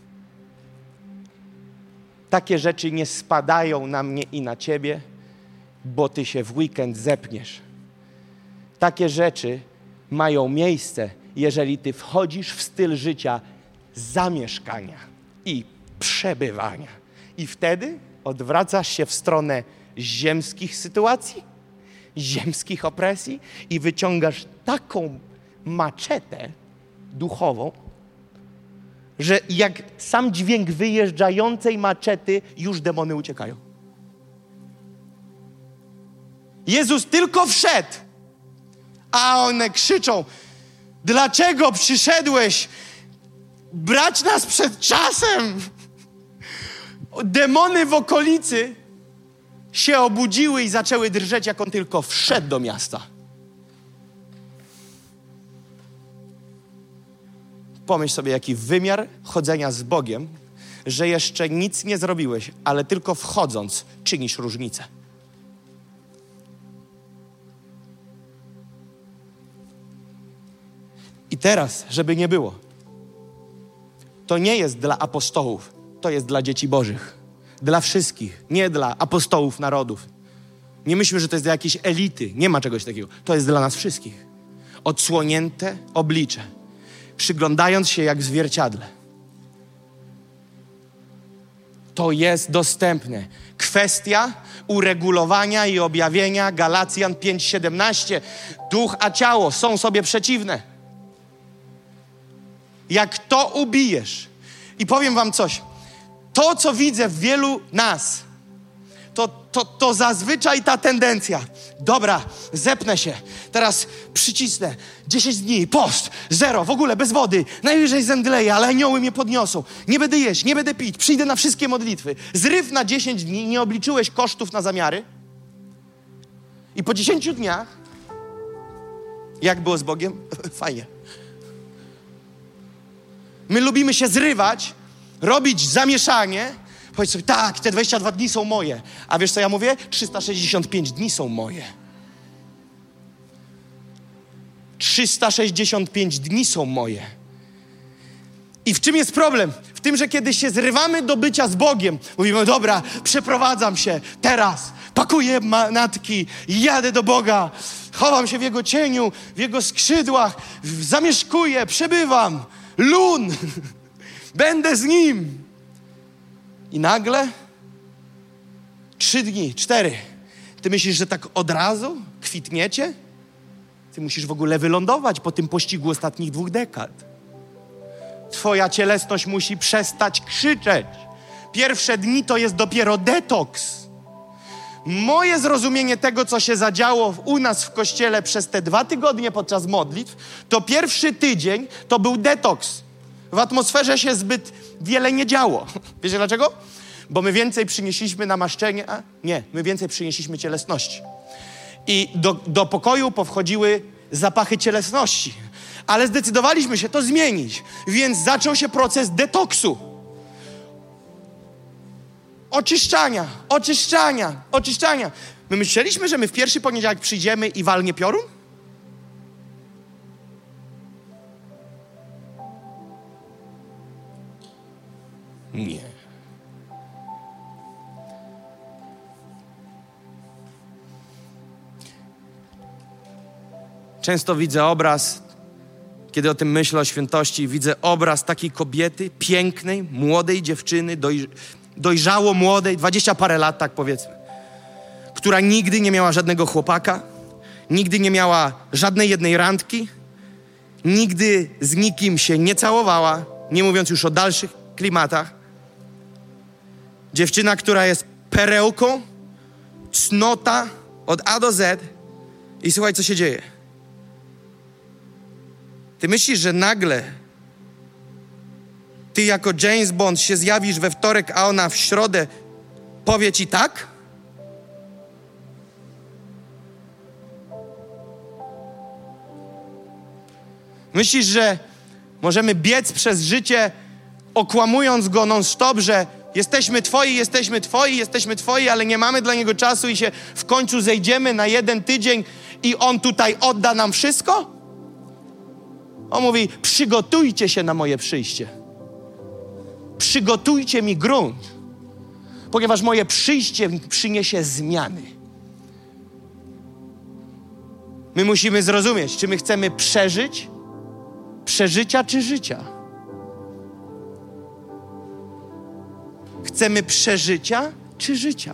Speaker 2: Takie rzeczy nie spadają na mnie i na ciebie, bo ty się w weekend zepniesz. Takie rzeczy mają miejsce, jeżeli ty wchodzisz w styl życia zamieszkania i przebywania. I wtedy odwracasz się w stronę ziemskich sytuacji, ziemskich opresji i wyciągasz taką maczetę duchową, że jak sam dźwięk wyjeżdżającej maczety, już demony uciekają. Jezus tylko wszedł, a one krzyczą: dlaczego przyszedłeś brać nas przed czasem? Demony w okolicy się obudziły i zaczęły drżeć, jak on tylko wszedł do miasta. Pomyśl sobie, jaki wymiar chodzenia z Bogiem, że jeszcze nic nie zrobiłeś, ale tylko wchodząc czynisz różnicę. I teraz, żeby nie było, to nie jest dla apostołów, to jest dla dzieci Bożych. Dla wszystkich, nie dla apostołów narodów. Nie myślmy, że to jest dla jakiejś elity. Nie ma czegoś takiego. To jest dla nas wszystkich. Odsłonięte oblicze. Przyglądając się jak w zwierciadle. To jest dostępne. Kwestia uregulowania i objawienia Galacjan pięć siedemnaście. Duch a ciało są sobie przeciwne. Jak to ubijesz. I powiem wam coś. To, co widzę w wielu nas, to, to, to zazwyczaj ta tendencja. Dobra, zepnę się, teraz przycisnę, dziesięć dni, post, zero, w ogóle bez wody, najwyżej zemdleję, ale anioły mnie podniosą. Nie będę jeść, nie będę pić, przyjdę na wszystkie modlitwy. Zryw na dziesięć dni, nie obliczyłeś kosztów na zamiary. I po dziesięciu dniach, jak było z Bogiem? Fajnie. My lubimy się zrywać, robić zamieszanie. Powiedz sobie, tak, te dwadzieścia dwa dni są moje. A wiesz, co ja mówię? trzysta sześćdziesiąt pięć dni są moje. trzysta sześćdziesiąt pięć dni są moje. I w czym jest problem? W tym, że kiedy się zrywamy do bycia z Bogiem, mówimy, dobra, przeprowadzam się teraz, pakuję manatki, jadę do Boga, chowam się w Jego cieniu, w Jego skrzydłach, zamieszkuję, przebywam. lun, będę z nim. I nagle trzy dni, cztery. Ty myślisz, że tak od razu kwitniecie? Ty musisz w ogóle wylądować po tym pościgu ostatnich dwóch dekad. Twoja cielesność musi przestać krzyczeć. Pierwsze dni to jest dopiero detoks. Moje zrozumienie tego, co się zadziało u nas w kościele przez te dwa tygodnie podczas modlitw, to pierwszy tydzień to był detoks. W atmosferze się zbyt wiele nie działo. Wiecie dlaczego? Bo my więcej przynieśliśmy namaszczenia, a nie, my więcej przynieśliśmy cielesności. I do, do pokoju powchodziły zapachy cielesności. Ale zdecydowaliśmy się to zmienić, więc zaczął się proces detoksu. Oczyszczania, oczyszczania, oczyszczania. My myśleliśmy, że my w pierwszy poniedziałek przyjdziemy i walnie piorun? Nie. Często widzę obraz, kiedy o tym myślę, o świętości, widzę obraz takiej kobiety, pięknej, młodej dziewczyny, doj, dojrzało młodej, dwadzieścia parę lat, tak powiedzmy, która nigdy nie miała żadnego chłopaka, nigdy nie miała żadnej jednej randki, nigdy z nikim się nie całowała, nie mówiąc już o dalszych klimatach. Dziewczyna, która jest perełką, cnota od A do Z. I słuchaj, co się dzieje. Ty myślisz, że nagle ty jako James Bond się zjawisz we wtorek, a ona w środę powie ci tak? Myślisz, że możemy biec przez życie, okłamując go non-stop, że jesteśmy twoi, jesteśmy twoi, jesteśmy twoi, ale nie mamy dla niego czasu i się w końcu zejdziemy na jeden tydzień i on tutaj odda nam wszystko? On mówi, przygotujcie się na moje przyjście. Przygotujcie mi grunt, ponieważ moje przyjście przyniesie zmiany. My musimy zrozumieć, czy my chcemy przeżyć przeżycia czy życia. Chcemy przeżycia czy życia?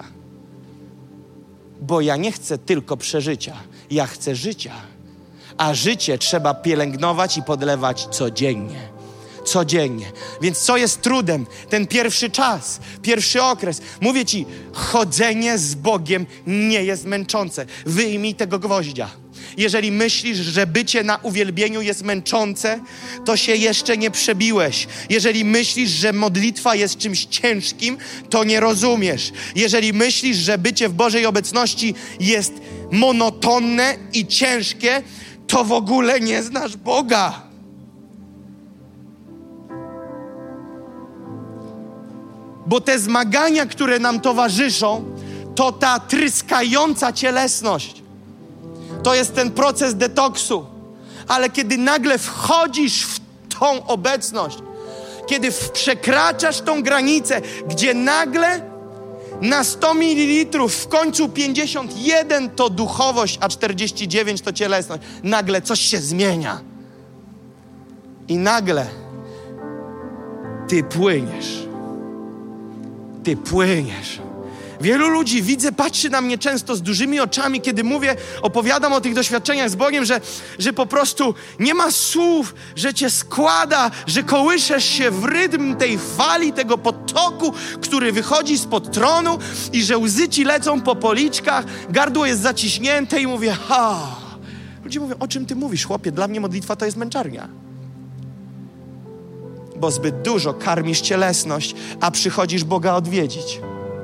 Speaker 2: Bo ja nie chcę tylko przeżycia, ja chcę życia. A życie trzeba pielęgnować i podlewać codziennie. Codziennie. Więc co jest trudem? Ten pierwszy czas, pierwszy okres. Mówię ci, chodzenie z Bogiem nie jest męczące. Wyjmij tego gwoździa. Jeżeli myślisz, że bycie na uwielbieniu jest męczące, to się jeszcze nie przebiłeś. Jeżeli myślisz, że modlitwa jest czymś ciężkim, to nie rozumiesz. Jeżeli myślisz, że bycie w Bożej obecności jest monotonne i ciężkie, to w ogóle nie znasz Boga. Bo te zmagania, które nam towarzyszą, to ta tryskająca cielesność. To jest ten proces detoksu. Ale kiedy nagle wchodzisz w tą obecność, kiedy przekraczasz tą granicę, gdzie nagle na sto mililitrów w końcu pięćdziesiąt jeden to duchowość, a czterdzieści dziewięć to cielesność, nagle coś się zmienia. I nagle ty płyniesz. Ty płyniesz. Wielu ludzi, widzę, patrzy na mnie często z dużymi oczami, kiedy mówię, opowiadam o tych doświadczeniach z Bogiem, że, że po prostu nie ma słów, że cię składa, że kołyszesz się w rytm tej fali, tego potoku, który wychodzi spod tronu i że łzy ci lecą po policzkach, gardło jest zaciśnięte i mówię, ha. Ludzie mówią, o czym ty mówisz, chłopie? Dla mnie modlitwa to jest męczarnia. Bo zbyt dużo karmisz cielesność, a przychodzisz Boga odwiedzić.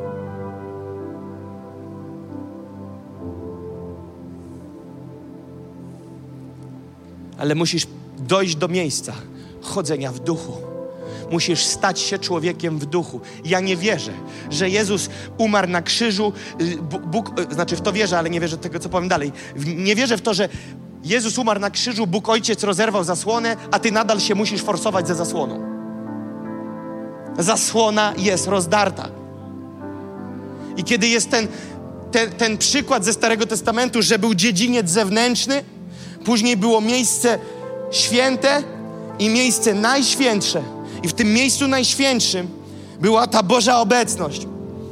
Speaker 2: Ale musisz dojść do miejsca chodzenia w duchu. Musisz stać się człowiekiem w duchu. Ja nie wierzę, że Jezus umarł na krzyżu. Bóg, znaczy w to wierzę, ale nie wierzę tego, co powiem dalej. Nie wierzę w to, że Jezus umarł na krzyżu, Bóg Ojciec rozerwał zasłonę, a ty nadal się musisz forsować ze zasłoną. Zasłona jest rozdarta. I kiedy jest ten, ten, ten przykład ze Starego Testamentu, że był dziedziniec zewnętrzny, później było miejsce święte i miejsce najświętsze. I w tym miejscu najświętszym była ta Boża obecność.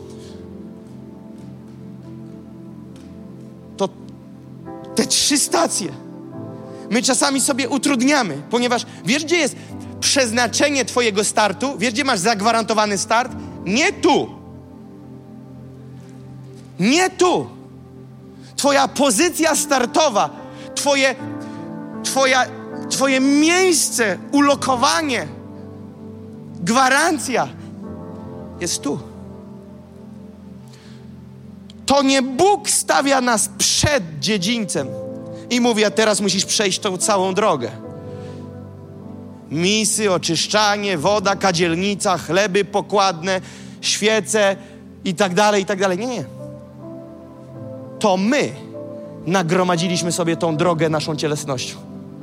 Speaker 2: To te trzy stacje my czasami sobie utrudniamy, ponieważ wiesz, gdzie jest przeznaczenie twojego startu? Wiesz, gdzie masz zagwarantowany start? Nie tu. Nie tu. Twoja pozycja startowa, twoje, twoja, twoje miejsce, ulokowanie, gwarancja jest tu. To nie Bóg stawia nas przed dziedzińcem i mówi, a teraz musisz przejść tą całą drogę. Misy, oczyszczanie, woda, kadzielnica, chleby pokładne, świece i tak dalej, i tak dalej. Nie, nie. To my nagromadziliśmy sobie tą drogę naszą cielesnością.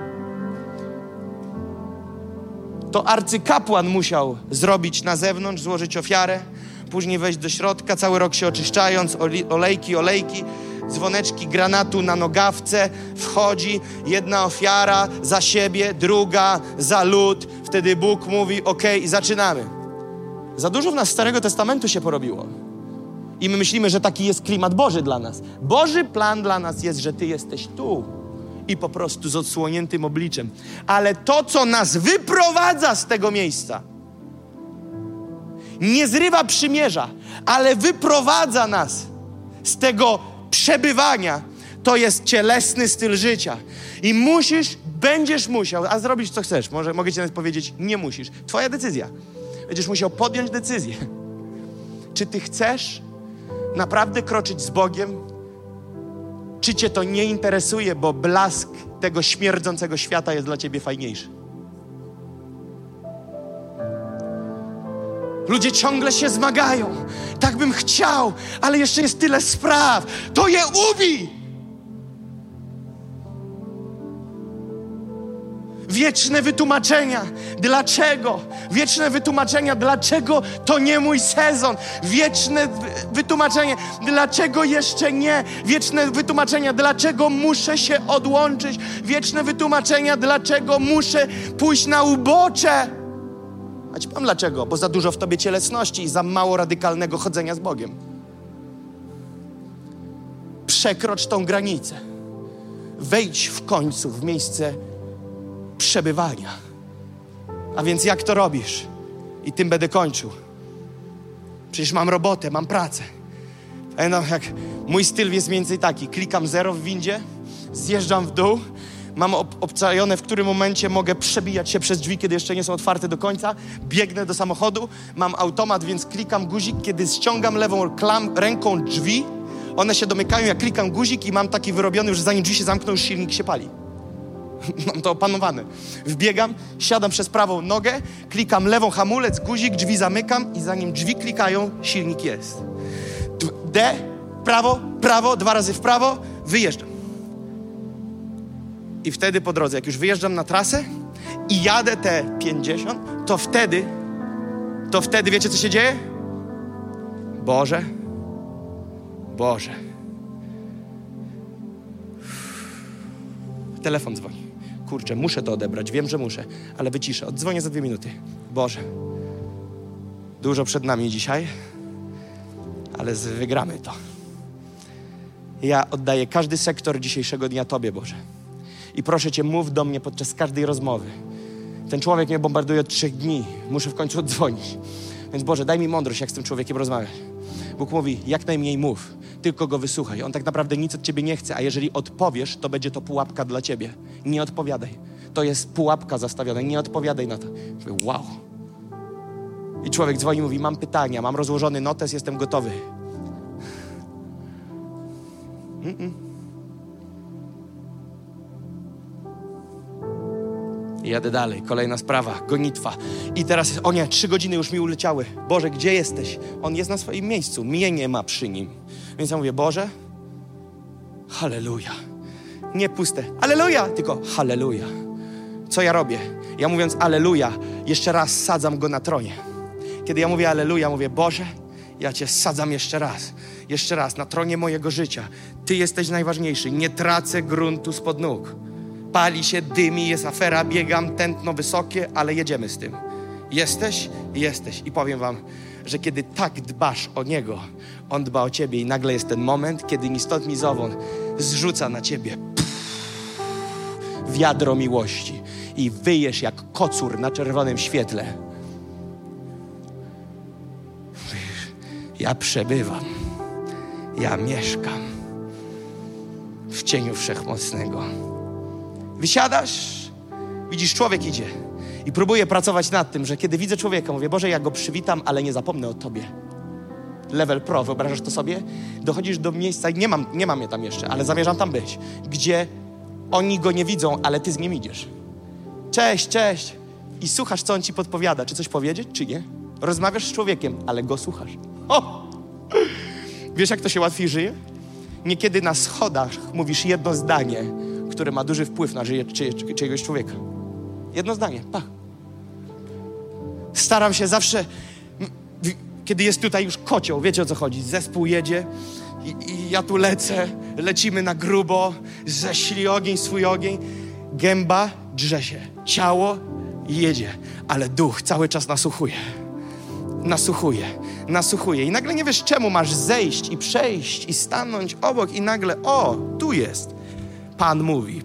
Speaker 2: To arcykapłan musiał zrobić na zewnątrz, złożyć ofiarę, później wejść do środka, cały rok się oczyszczając, olejki, olejki, dzwoneczki granatu na nogawce, wchodzi jedna ofiara za siebie, druga za lud. Wtedy Bóg mówi, okej, okay, zaczynamy. Za dużo w nas Starego Testamentu się porobiło. I my myślimy, że taki jest klimat Boży dla nas. Boży plan dla nas jest, że Ty jesteś tu i po prostu z odsłoniętym obliczem. Ale to, co nas wyprowadza z tego miejsca, nie zrywa przymierza, ale wyprowadza nas z tego przebywania, to jest cielesny styl życia. I musisz, będziesz musiał, a zrobisz co chcesz. Może mogę Ci nawet powiedzieć, nie musisz. Twoja decyzja. Będziesz musiał podjąć decyzję. Czy Ty chcesz naprawdę kroczyć z Bogiem? Czy Cię to nie interesuje, bo blask tego śmierdzącego świata jest dla Ciebie fajniejszy? Ludzie ciągle się zmagają. Tak bym chciał, ale jeszcze jest tyle spraw. To je ubij! Wieczne wytłumaczenia. Dlaczego? Wieczne wytłumaczenia. Dlaczego to nie mój sezon? Wieczne wytłumaczenie. Dlaczego jeszcze nie? Wieczne wytłumaczenia. Dlaczego muszę się odłączyć? Wieczne wytłumaczenia. Dlaczego muszę pójść na ubocze? A ci powiem dlaczego? Bo za dużo w tobie cielesności i za mało radykalnego chodzenia z Bogiem. Przekrocz tą granicę. Wejdź w końcu w miejsce przebywania. A więc jak to robisz? I tym będę kończył. Przecież mam robotę, mam pracę. Pamiętam, jak mój styl jest mniej więcej taki. Klikam zero w windzie, zjeżdżam w dół, mam ob- obczajone, w którym momencie mogę przebijać się przez drzwi, kiedy jeszcze nie są otwarte do końca. Biegnę do samochodu, mam automat, więc klikam guzik. Kiedy ściągam lewą klam- ręką drzwi, one się domykają, ja klikam guzik i mam taki wyrobiony, że zanim drzwi się zamkną, już silnik się pali. Mam to opanowane. Wbiegam, siadam przez prawą nogę, klikam lewą hamulec, guzik, drzwi zamykam i zanim drzwi klikają, silnik jest. D, prawo, prawo, dwa razy w prawo, wyjeżdżam. I wtedy po drodze, jak już wyjeżdżam na trasę i jadę te pięćdziesiąt, to wtedy, to wtedy wiecie, co się dzieje? Boże, Boże. Telefon dzwoni. Kurczę, muszę to odebrać, wiem, że muszę, ale wyciszę. Oddzwonię za dwie minuty. Boże, dużo przed nami dzisiaj, ale wygramy to. Ja oddaję każdy sektor dzisiejszego dnia Tobie, Boże. I proszę Cię, mów do mnie podczas każdej rozmowy. Ten człowiek mnie bombarduje od trzech dni. Muszę w końcu oddzwonić. Więc Boże, daj mi mądrość, jak z tym człowiekiem rozmawiać. Bóg mówi, jak najmniej mów, tylko go wysłuchaj. On tak naprawdę nic od Ciebie nie chce, a jeżeli odpowiesz, to będzie to pułapka dla Ciebie. Nie odpowiadaj. To jest pułapka zastawiona. Nie odpowiadaj na to. Mówię, wow. I człowiek dzwoni i mówi, mam pytania, mam rozłożony notes, jestem gotowy. Mm-mm. I jadę dalej. Kolejna sprawa. Gonitwa. I teraz, o nie, trzy godziny już mi uleciały. Boże, gdzie jesteś? On jest na swoim miejscu. Mnie nie ma przy nim. Więc ja mówię, Boże, halleluja. Nie puste, halleluja, tylko halleluja. Co ja robię? Ja mówiąc halleluja, jeszcze raz sadzam go na tronie. Kiedy ja mówię halleluja, mówię, Boże, ja Cię sadzam jeszcze raz. Jeszcze raz, na tronie mojego życia. Ty jesteś najważniejszy. Nie tracę gruntu spod nóg. Pali się, dymi, jest afera, biegam, tętno wysokie, ale jedziemy z tym. Jesteś? Jesteś. I powiem wam, że kiedy tak dbasz o Niego, On dba o ciebie i nagle jest ten moment, kiedy ni stąd, ni zowąd zrzuca na ciebie wiadro miłości i wyjesz jak kocur na czerwonym świetle. Ja przebywam, ja mieszkam w cieniu Wszechmocnego. Wysiadasz, widzisz, człowiek idzie i próbuję pracować nad tym, że kiedy widzę człowieka, mówię, Boże, ja go przywitam, ale nie zapomnę o Tobie. Level pro, wyobrażasz to sobie? Dochodzisz do miejsca, nie mam, nie mam je tam jeszcze, ale zamierzam tam być, gdzie oni go nie widzą, ale Ty z nim idziesz. Cześć, cześć. I słuchasz, co on Ci podpowiada. Czy coś powiedzieć, czy nie? Rozmawiasz z człowiekiem, ale go słuchasz. O! Wiesz, jak to się łatwiej żyje? Niekiedy na schodach mówisz jedno zdanie, które ma duży wpływ na życie czy, czy, czyjegoś człowieka. Jedno zdanie, pa. Staram się zawsze, kiedy jest tutaj już kocioł, wiecie o co chodzi, zespół jedzie i, i ja tu lecę, lecimy na grubo, ześlij ogień, swój ogień, gęba drze się, ciało jedzie, ale duch cały czas nasłuchuje. Nasłuchuje, nasłuchuje i nagle nie wiesz, czemu masz zejść i przejść i stanąć obok i nagle, o, tu jest. Pan mówi,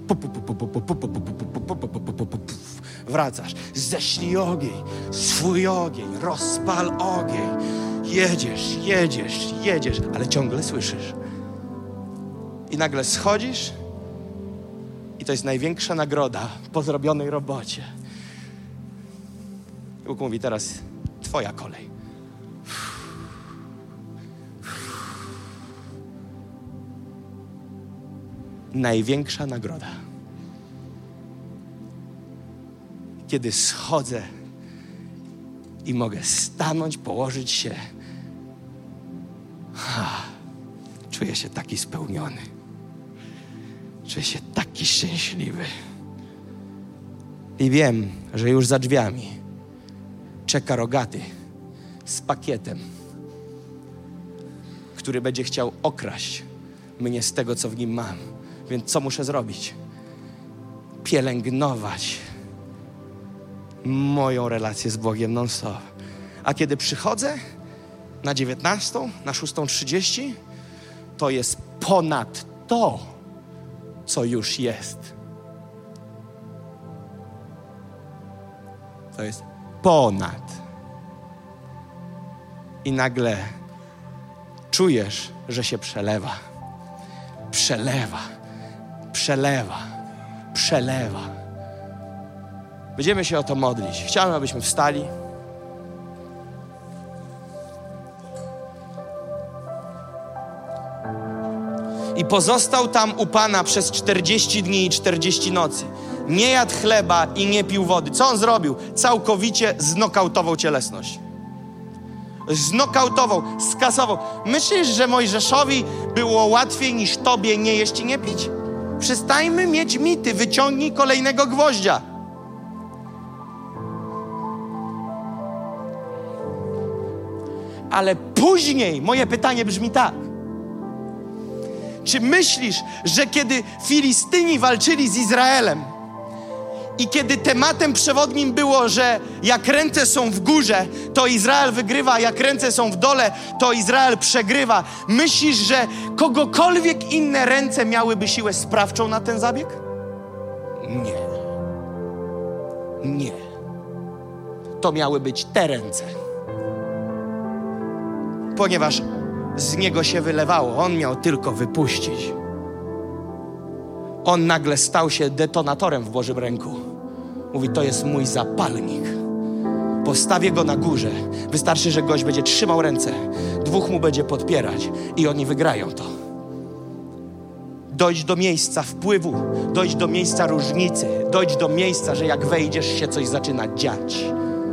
Speaker 2: wracasz, ześlij ogień, swój ogień, rozpal ogień, jedziesz, jedziesz, jedziesz, ale ciągle słyszysz. I nagle schodzisz i to jest największa nagroda po zrobionej robocie. Bóg mówi, teraz Twoja kolej. Największa nagroda. Kiedy schodzę i mogę stanąć, położyć się, ha, czuję się taki spełniony. Czuję się taki szczęśliwy. I wiem, że już za drzwiami czeka rogaty z pakietem, który będzie chciał okraść mnie z tego, co w nim mam. Więc co muszę zrobić? Pielęgnować moją relację z Bogiem non-stop. A kiedy przychodzę na dziewiętnastą, na szóstą trzydzieści, to jest ponad to, co już jest. To jest ponad. I nagle czujesz, że się przelewa. Przelewa. Przelewa. Przelewa. Będziemy się o to modlić. Chciałem, abyśmy wstali. I pozostał tam u Pana przez czterdzieści dni i czterdzieści nocy. Nie jadł chleba i nie pił wody. Co on zrobił? Całkowicie znokautował cielesność. Znokautował, skasował. Myślisz, że Mojżeszowi było łatwiej niż tobie nie jeść i nie pić? Przestańmy mieć mity. Wyciągnij kolejnego gwoździa. Ale później moje pytanie brzmi tak. Czy myślisz, że kiedy Filistyni walczyli z Izraelem i kiedy tematem przewodnim było, że jak ręce są w górze, to Izrael wygrywa, a jak ręce są w dole, to Izrael przegrywa. Myślisz, że kogokolwiek inne ręce miałyby siłę sprawczą na ten zabieg? Nie. Nie. To miały być te ręce. Ponieważ z niego się wylewało. On miał tylko wypuścić. On nagle stał się detonatorem w Bożym ręku. Mówi, to jest mój zapalnik. Postawię go na górze. Wystarczy, że gość będzie trzymał ręce. Dwóch mu będzie podpierać i oni wygrają to. Dojdź do miejsca wpływu. Dojdź do miejsca różnicy. Dojdź do miejsca, że jak wejdziesz, się coś zaczyna dziać.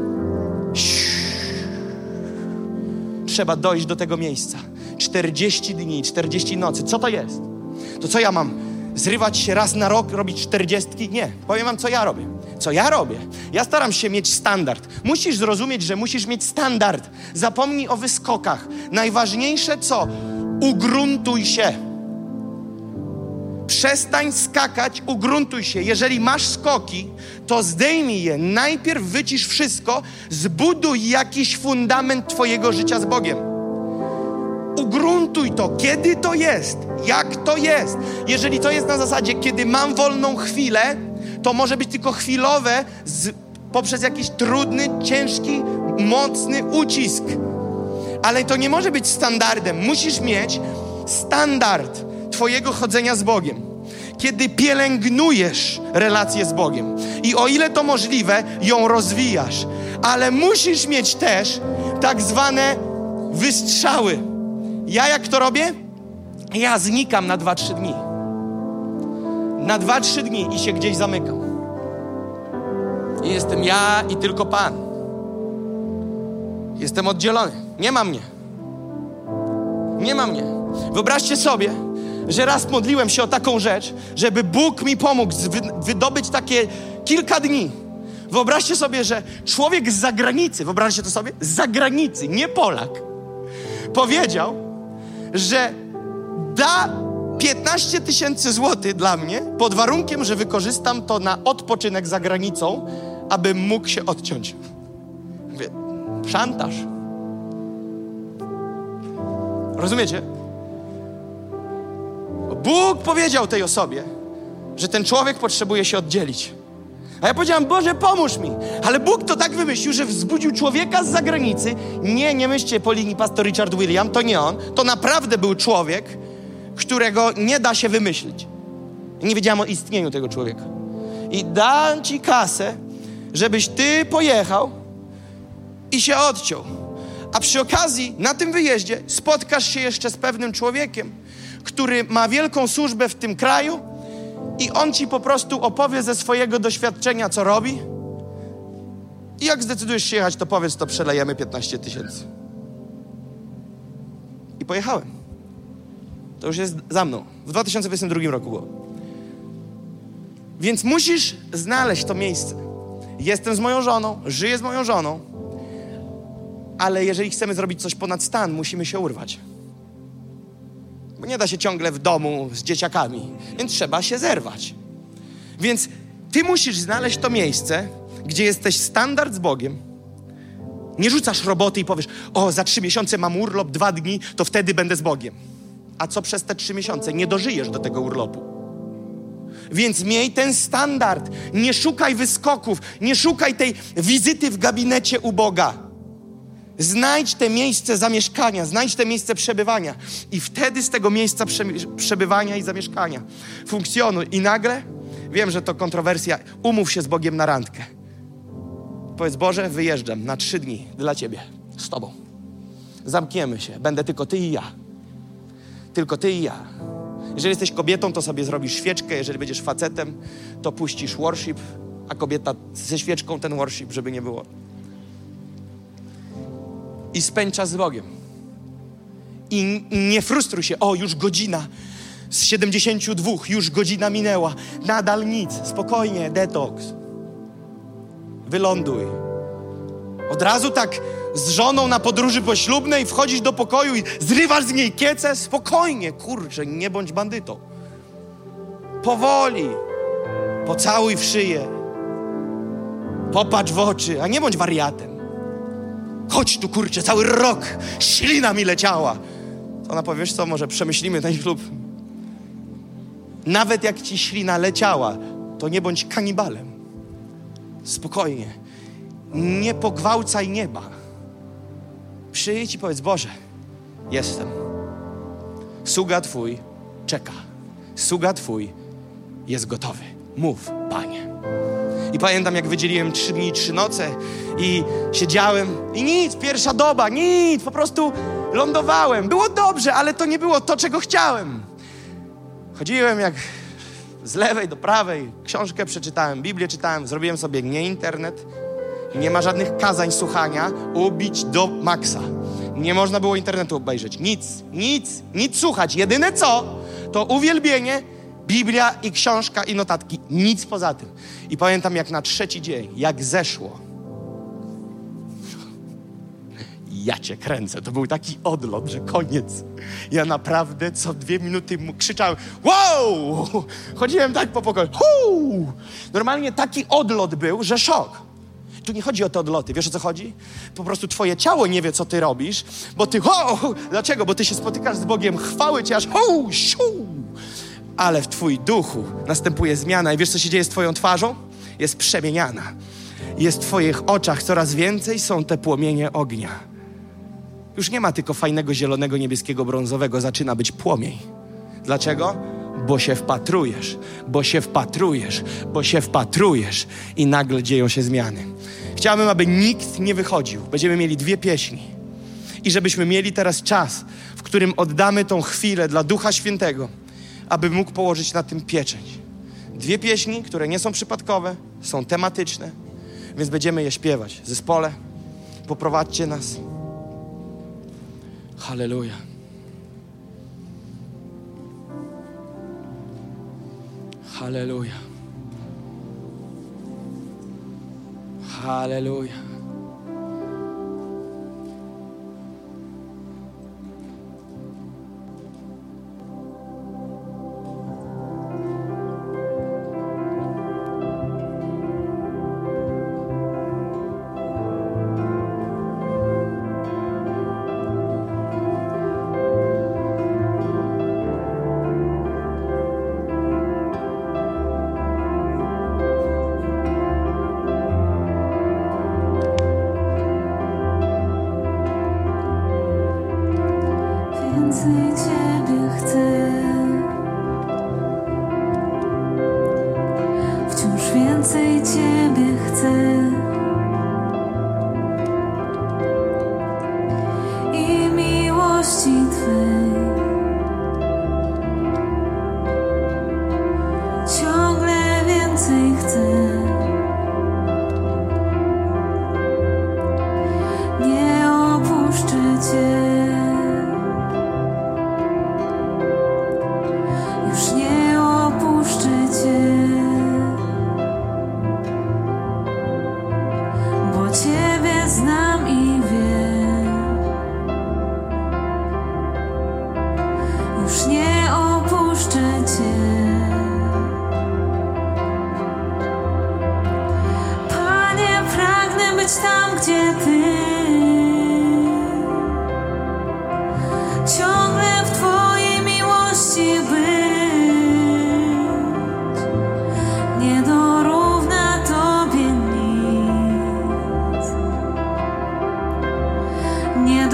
Speaker 2: Trzeba dojść do tego miejsca. czterdzieści dni, czterdzieści nocy. Co to jest? To co ja mam? Zrywać się raz na rok, robić czterdziestki? Nie. Powiem wam, co ja robię. Co ja robię? Ja staram się mieć standard. Musisz zrozumieć, że musisz mieć standard. Zapomnij o wyskokach. Najważniejsze co? Ugruntuj się. Przestań skakać, ugruntuj się. Jeżeli masz skoki, to zdejmij je. Najpierw wycisz wszystko, zbuduj jakiś fundament twojego życia z Bogiem. Ugruntuj to, kiedy to jest, jak to jest. Jeżeli to jest na zasadzie, kiedy mam wolną chwilę, to może być tylko chwilowe z, poprzez jakiś trudny, ciężki, mocny ucisk. Ale to nie może być standardem. Musisz mieć standard twojego chodzenia z Bogiem. Kiedy pielęgnujesz relację z Bogiem i o ile to możliwe, ją rozwijasz. Ale musisz mieć też tak zwane wystrzały. Ja jak to robię? Ja znikam na dwa trzy dni. Na dwa trzy dni i się gdzieś zamykam. I jestem ja i tylko Pan. Jestem oddzielony. Nie ma mnie. Nie ma mnie. Wyobraźcie sobie, że raz modliłem się o taką rzecz, żeby Bóg mi pomógł wydobyć takie kilka dni. Wyobraźcie sobie, że człowiek z zagranicy, wyobraźcie to sobie, z zagranicy, nie Polak, powiedział, że da piętnaście tysięcy złotych dla mnie pod warunkiem, że wykorzystam to na odpoczynek za granicą, abym mógł się odciąć. Mówię, szantaż. Rozumiecie? Bóg powiedział tej osobie, że ten człowiek potrzebuje się oddzielić. A ja powiedziałem, Boże, pomóż mi. Ale Bóg to tak wymyślił, że wzbudził człowieka z zagranicy. Nie, nie myślcie po linii pastor Richard William, to nie on. To naprawdę był człowiek, którego nie da się wymyślić. Nie wiedziałem o istnieniu tego człowieka. I dam ci kasę, żebyś ty pojechał i się odciął. A przy okazji, na tym wyjeździe spotkasz się jeszcze z pewnym człowiekiem, który ma wielką służbę w tym kraju i on ci po prostu opowie ze swojego doświadczenia, co robi. I jak zdecydujesz się jechać, to powiedz, to przelejemy piętnaście tysięcy. I pojechałem. To już jest za mną. W dwa tysiące dwudziestym drugim roku było. Więc musisz znaleźć to miejsce. Jestem z moją żoną, żyję z moją żoną, ale jeżeli chcemy zrobić coś ponad stan, musimy się urwać. Bo nie da się ciągle w domu z dzieciakami, więc trzeba się zerwać. Więc ty musisz znaleźć to miejsce, gdzie jesteś standard z Bogiem. Nie rzucasz roboty i powiesz, o, za trzy miesiące mam urlop, dwa dni, to wtedy będę z Bogiem. A co przez te trzy miesiące? Nie dożyjesz do tego urlopu. Więc miej ten standard. Nie szukaj wyskoków, nie szukaj tej wizyty w gabinecie u Boga. Znajdź te miejsce zamieszkania, znajdź te miejsce przebywania i wtedy z tego miejsca prze, przebywania i zamieszkania funkcjonuj. I nagle, wiem, że to kontrowersja, umów się z Bogiem na randkę. Powiedz, Boże, wyjeżdżam na trzy dni dla Ciebie, z Tobą. Zamkniemy się, będę tylko Ty i ja. Tylko Ty i ja. Jeżeli jesteś kobietą, to sobie zrobisz świeczkę, jeżeli będziesz facetem, to puścisz worship, a kobieta ze świeczką ten worship, żeby nie było. I spędź czas z Bogiem. I nie frustruj się. O, już godzina z siedemdziesięciu dwóch, już godzina minęła. Nadal nic. Spokojnie, detoks. Wyląduj. Od razu tak z żoną na podróży poślubnej wchodzisz do pokoju i zrywasz z niej kiecę. Spokojnie, kurczę, nie bądź bandytą. Powoli. Pocałuj w szyję. Popatrz w oczy, a nie bądź wariatem. Chodź tu, kurczę, cały rok ślina mi leciała. To ona powie, wiesz co, może przemyślimy ten ślub. Nawet jak ci ślina leciała, to nie bądź kanibalem. Spokojnie. Nie pogwałcaj nieba. Przyjdź i powiedz, Boże, jestem. Sługa Twój czeka. Sługa Twój jest gotowy. Mów, Panie. I pamiętam, jak wydzieliłem trzy dni, trzy noce i siedziałem i nic, pierwsza doba, nic, po prostu lądowałem. Było dobrze, ale to nie było to, czego chciałem. Chodziłem jak z lewej do prawej, książkę przeczytałem, Biblię czytałem, zrobiłem sobie nie internet, nie ma żadnych kazań słuchania, ubić do maksa. Nie można było internetu obejrzeć, nic, nic, nic słuchać. Jedyne co, to uwielbienie, Biblia i książka i notatki. Nic poza tym. I pamiętam, jak na trzeci dzień, jak zeszło. ja cię kręcę. To był taki odlot, że koniec. Ja naprawdę co dwie minuty krzyczałem, wow! Chodziłem tak po pokoju, huu! Normalnie taki odlot był, że szok. Tu nie chodzi o te odloty, wiesz o co chodzi? Po prostu twoje ciało nie wie, co ty robisz, bo ty, ho! Dlaczego? Bo ty się spotykasz z Bogiem, chwały cię aż, ho! Siu! Ale w twój duchu następuje zmiana i wiesz, co się dzieje z twoją twarzą? Jest przemieniana. Jest w twoich oczach coraz więcej, są te płomienie ognia. Już nie ma tylko fajnego zielonego, niebieskiego, brązowego, zaczyna być płomień. Dlaczego? Bo się wpatrujesz, bo się wpatrujesz, bo się wpatrujesz i nagle dzieją się zmiany. Chciałbym, aby nikt nie wychodził. Będziemy mieli dwie pieśni. I żebyśmy mieli teraz czas, w którym oddamy tą chwilę dla Ducha Świętego, aby mógł położyć na tym pieczęć. Dwie pieśni, które nie są przypadkowe, są tematyczne, więc będziemy je śpiewać. Zespole, poprowadźcie nas. Halleluja. Halleluja. Halleluja.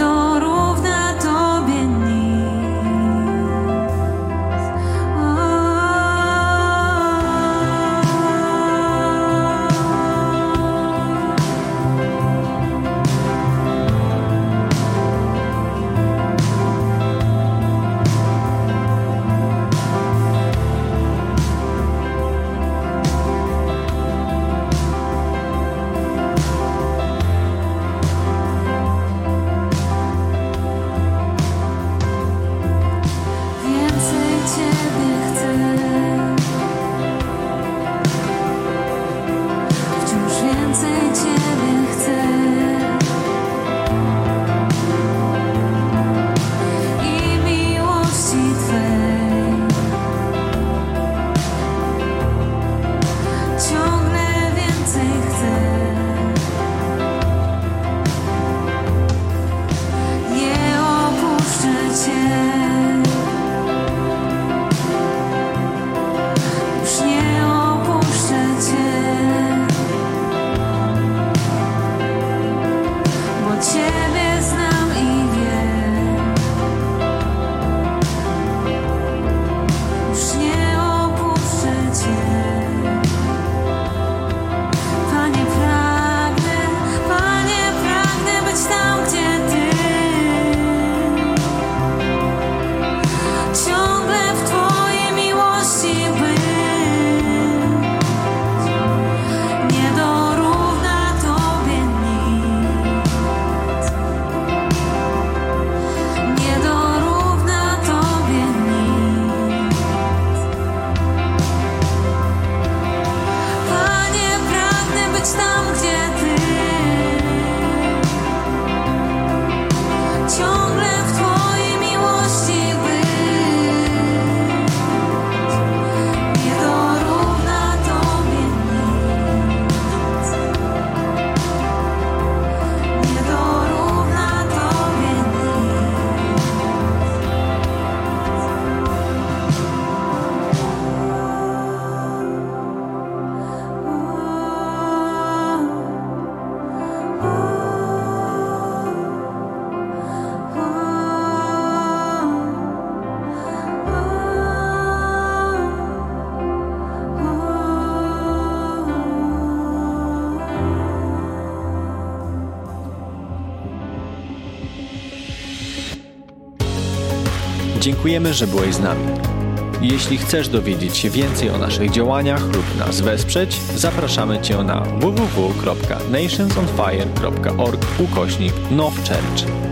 Speaker 3: Nie dorówna Tobie nic. O.
Speaker 1: Dziękujemy, że byłeś z nami. Jeśli chcesz dowiedzieć się więcej o naszych działaniach lub nas wesprzeć, zapraszamy Cię na w w w kropka nationsonfire kropka org ukośnik nowchurch.